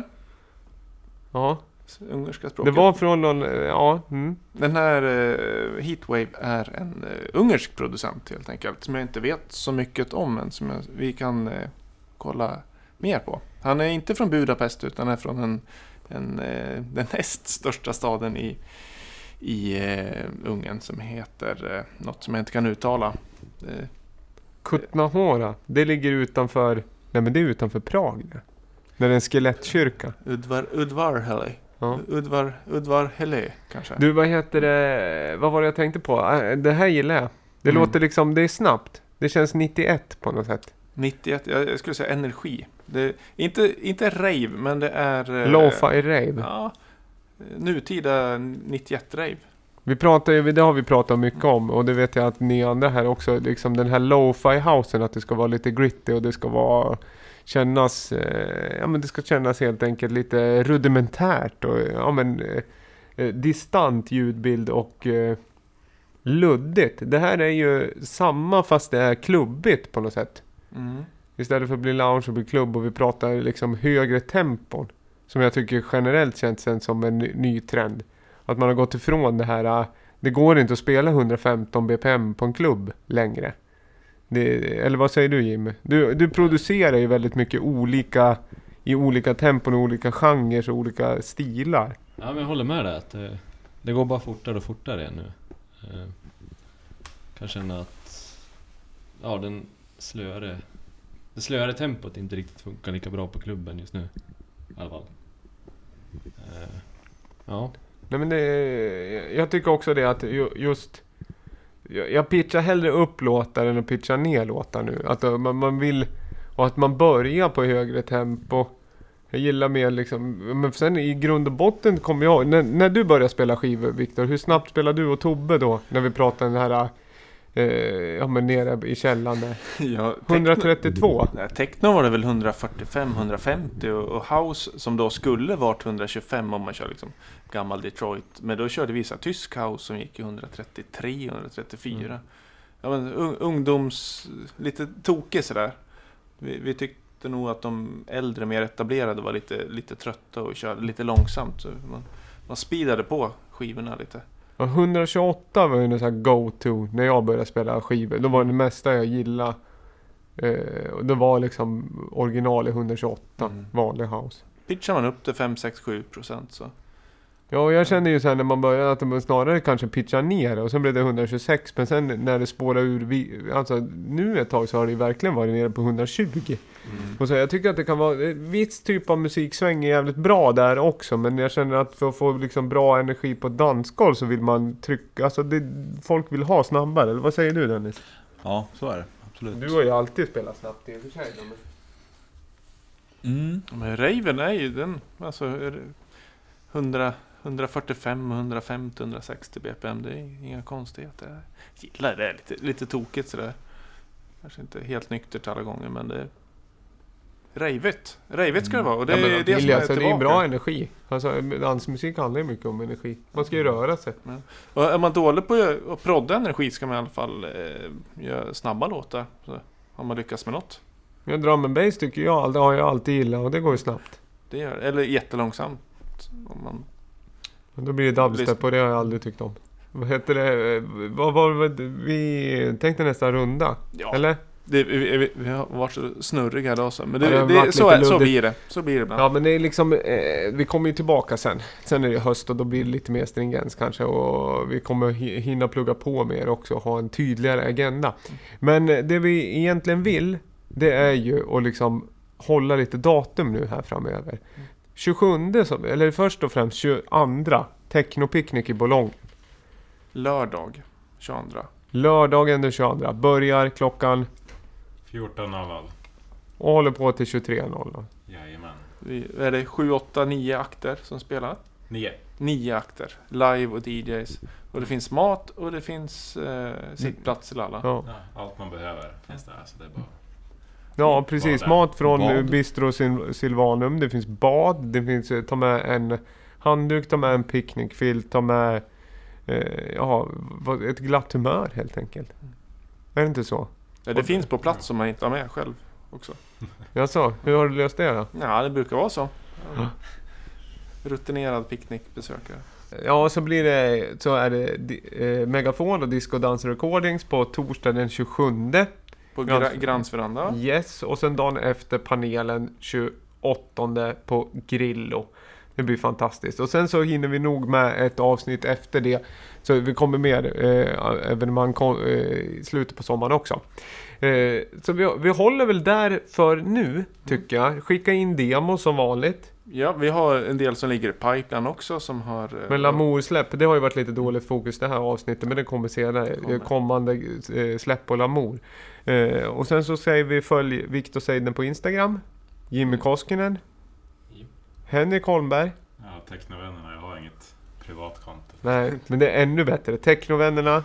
Ja. Ungerska Det språket. var från någon... eh, Ja. Mm. Den här eh, Heatwave är en eh, ungersk producent helt enkelt. Som jag inte vet så mycket om, men som jag, vi kan eh, kolla mer på. Han är inte från Budapest utan är från en, en, eh, den näst största staden i, i eh, Ungern som heter eh, något som jag inte kan uttala. Eh, Kutnahora. Det ligger utanför... Nej, men det är utanför Prag. Det. När det är en skelettkyrka. Udvar, Udvarhele. Ja. Udvar, Udvarhele kanske. Du, vad heter det? Vad var det jag tänkte på? Äh, Det här gillar jag. Det Mm. låter liksom... Det är snabbt. Det känns nittioett på något sätt. nittioett, jag jag skulle säga energi. Det är inte, inte rave, men det är... eh, Lo-fi rave. Ja, nutida nittioett rave. Vi pratar ju, det har vi pratat mycket om, och det vet jag att ni andra här också, liksom den här lo-fi housen, att det ska vara lite gritty och det ska vara kännas, eh, ja men det ska kännas helt enkelt lite rudimentärt och ja men eh, eh, distant ljudbild och eh, luddigt. Det här är ju samma fast det är klubbigt på något sätt. Mm. Istället för att bli lounge och bli klubb, och vi pratar liksom högre tempon som jag tycker generellt känns sen som en ny, ny trend. Att man har gått ifrån det här, äh, det går inte att spela hundrafemton B P M på en klubb längre. Det, eller vad säger du, Jimmy? Du, du producerar ju väldigt mycket olika i olika tempon och olika genrer och olika stilar. Ja, men jag håller med dig att det, det går bara fortare och fortare nu. Eh, kan känna att ja, den slöare det slöare tempot inte riktigt funkar lika bra på klubben just nu i alla fall. Eh, ja. Nej, men det, jag tycker också det att ju- just jag jag pitchar hellre upp låtar än att pitcha ner låtar nu. Att uh, man, man vill och att man börjar på högre tempo. Jag gillar mer liksom, men sen i grund och botten kommer jag när, när du börjar spela skivor, Viktor, hur snabbt spelar du och Tobbe då när vi pratar den här eh, ja men nere i källaren där? Ja, etthundratrettiotvå. Nej, techno var det väl hundrafyrtiofem hundrafemtio och, och house som då skulle varit hundratjugofem om man kör liksom gammal Detroit. Men då körde vi så här tysk house som gick i hundratrettiotre hundratrettiofyra. Mm. Ja, men un, ungdoms... lite tokig sådär. Vi, vi tyckte nog att de äldre mer etablerade var lite, lite trötta och körde lite långsamt. Så man, man speedade på skivorna lite. Och etthundratjugoåtta var ju en sån här go-to när jag började spela skivor. Då var det mesta jag gillade. Eh, och det var liksom original i etthundratjugoåtta, Mm. vanlig house. Pitchar man upp till fem sex sju procent så. Ja, och jag kände ju sen när man började att man snarare kanske pitchar ner och sen blev det etthundratjugosex. Men sen när det spårade ur, vi, alltså nu ett tag så har det verkligen varit nere på etthundratjugo. Mm. Och så jag tycker att det kan vara, en viss typ av musiksväng är jävligt bra där också. Men jag känner att för att få liksom bra energi på dansgolv så vill man trycka, alltså det, folk vill ha snabbare. Eller vad säger du, Dennis? Ja, så är det. Absolut. Du har ju alltid spelat snabbt i och för sig. Men... Mm. Men Raven är ju den, alltså är det hundra, hundrafyrtiofem, hundrafemtio, hundrasextio B P M, det är inga konstigheter. Jag gillar det, lite, lite tokigt sådär. Kanske inte helt nyktert alla gånger, men det är ravigt. Ravigt ska det vara, och det ja, men är det som vill jag, är så det är tillbaka. bra energi. Alltså dansmusik handlar ju mycket om energi. Man ska ju röra sig. Och är man dålig på att prodda energi ska man i alla fall eh, göra snabba låtar. Så har man lyckats med något. Ja, drum and bass tycker jag alltid, har jag alltid gillat och det går ju snabbt. Det gör, eller jättelångsamt. Om man, Och då blir det dubstep och det har jag aldrig tyckt om. Vad heter det? Vad var det? Vi tänkte nästan runda. ja, Eller? det, vi, vi, vi har varit så snurriga idag så. Men det, Ja, det har det, varit så, lite är, så luddigt. blir det. Så blir det ibland. Ja, men det är liksom, eh, vi kommer ju tillbaka sen. Sen är det höst och då blir det lite mer stringens kanske. Och vi kommer hi- hinna plugga på mer också och ha en tydligare agenda. Men eh, det vi egentligen vill, det är ju att liksom hålla lite datum nu här framöver. tjugosjunde, som- eller först och främst tjugoandra, Technopicknick i Bologna. Lördag, tjugoandra. Lördagen den tjugoandra börjar klockan fjorton noll noll. och håller på till tjugotre noll noll. Jajamän. Vi, är det sju, åtta, nio akter som spelar? Nio. Nio akter. Live och D Js. Och det finns mat och det finns eh, sittplats till alla. Ja. Ja, allt man behöver finns där. Så det är bara... Ja, precis. Bad. Mat från Bad. eh, Bistro Sil- Silvanum. Det finns bad. Det finns, eh, ta med en handduk, ta med en picknickfilt, ta med eh, ja, vad- ett glatt humör helt enkelt. Är det inte så? Ja, det finns på plats som man inte har med själv också. Jaså, hur har du löst det då? Ja, det brukar vara så. Ja. Rutinerad picknickbesökare. Ja, så blir det, så är det di- eh, Megafon och Disco Dance Recordings på torsdag den tjugosjunde. På Ja. gra- Grandsveranda. Yes, och sen dagen efter panelen tjugoåttonde på Grillo. Det blir fantastiskt. Och sen så hinner vi nog med ett avsnitt efter det. Så vi kommer mer eh, evenemang kom, eh, i slutet på sommaren också. Eh, så vi, vi håller väl där för nu, tycker jag. Skicka in demo som vanligt. Ja, vi har en del som ligger i pipeline också som har... eh, Men Lamour-släpp, det har ju varit lite dåligt fokus det här avsnittet. Men det kommer senare. Kommer. Kommande eh, släpp på Lamour. Eh, och sen så säger vi följ Viktor Seiden på Instagram. Jimmy Koskinen. Japp. Henrik Holmberg. Ja, Technovännerna. Jag har inget privat konto. Nej, men det är ännu bättre. Technovännerna.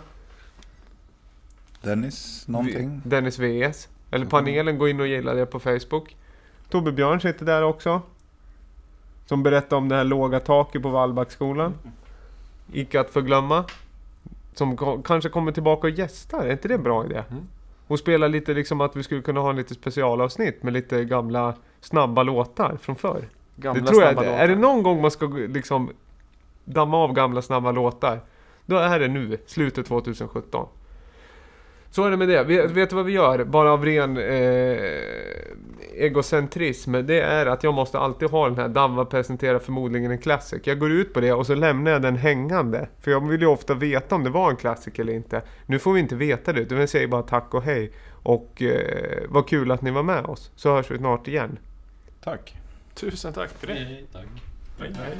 Dennis, någonting? Dennis V S. Eller panelen, gå in och gilla det på Facebook. Tobbe Björn sitter där också. Som berättar om det här låga taket på Vallbackskolan. Icke att förglömma. Som ko- kanske kommer tillbaka och gästar. Är inte det en bra idé? Mm. Och spela lite liksom att vi skulle kunna ha en lite specialavsnitt med lite gamla snabba låtar från förr. Gamla Det tror jag. snabba Är det låtar. någon gång man ska liksom damma av gamla snabba låtar, då är det nu, slutet tjugohundrasjutton. Så är det med det. Vet, vet du vad vi gör? Bara av ren eh, egocentrism. Det är att jag måste alltid ha den här Damva presenterar förmodligen en klassik. Jag går ut på det och så lämnar jag den hängande. För jag vill ju ofta veta om det var en klassik eller inte. Nu får vi inte veta det, utan jag säger bara tack och hej. Och eh, vad kul att ni var med oss. Så hörs vi snart igen. Tack. Tusen tack för det. Hej, tack. Hej, hej.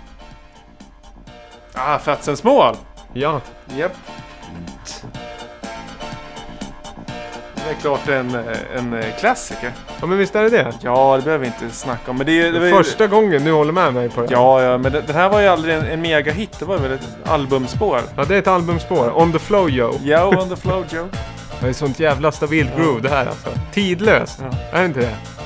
Ah, Fatsens mål! Ja. Japp. Det är klart en, en klassiker. Ja, men visst är det det? Ja, det behöver vi inte snacka om. Men det, är- det var ju, Första gången du håller med mig på det. Ja, ja, men det, det här var ju aldrig en, en mega-hit. Det var väl ett albumspår. Ja, det är ett albumspår. On the flow, Joe. Yo, on the flow, Joe. Det är sånt jävla stabilt groove det här alltså. Tidlöst. Ja. Är det inte det?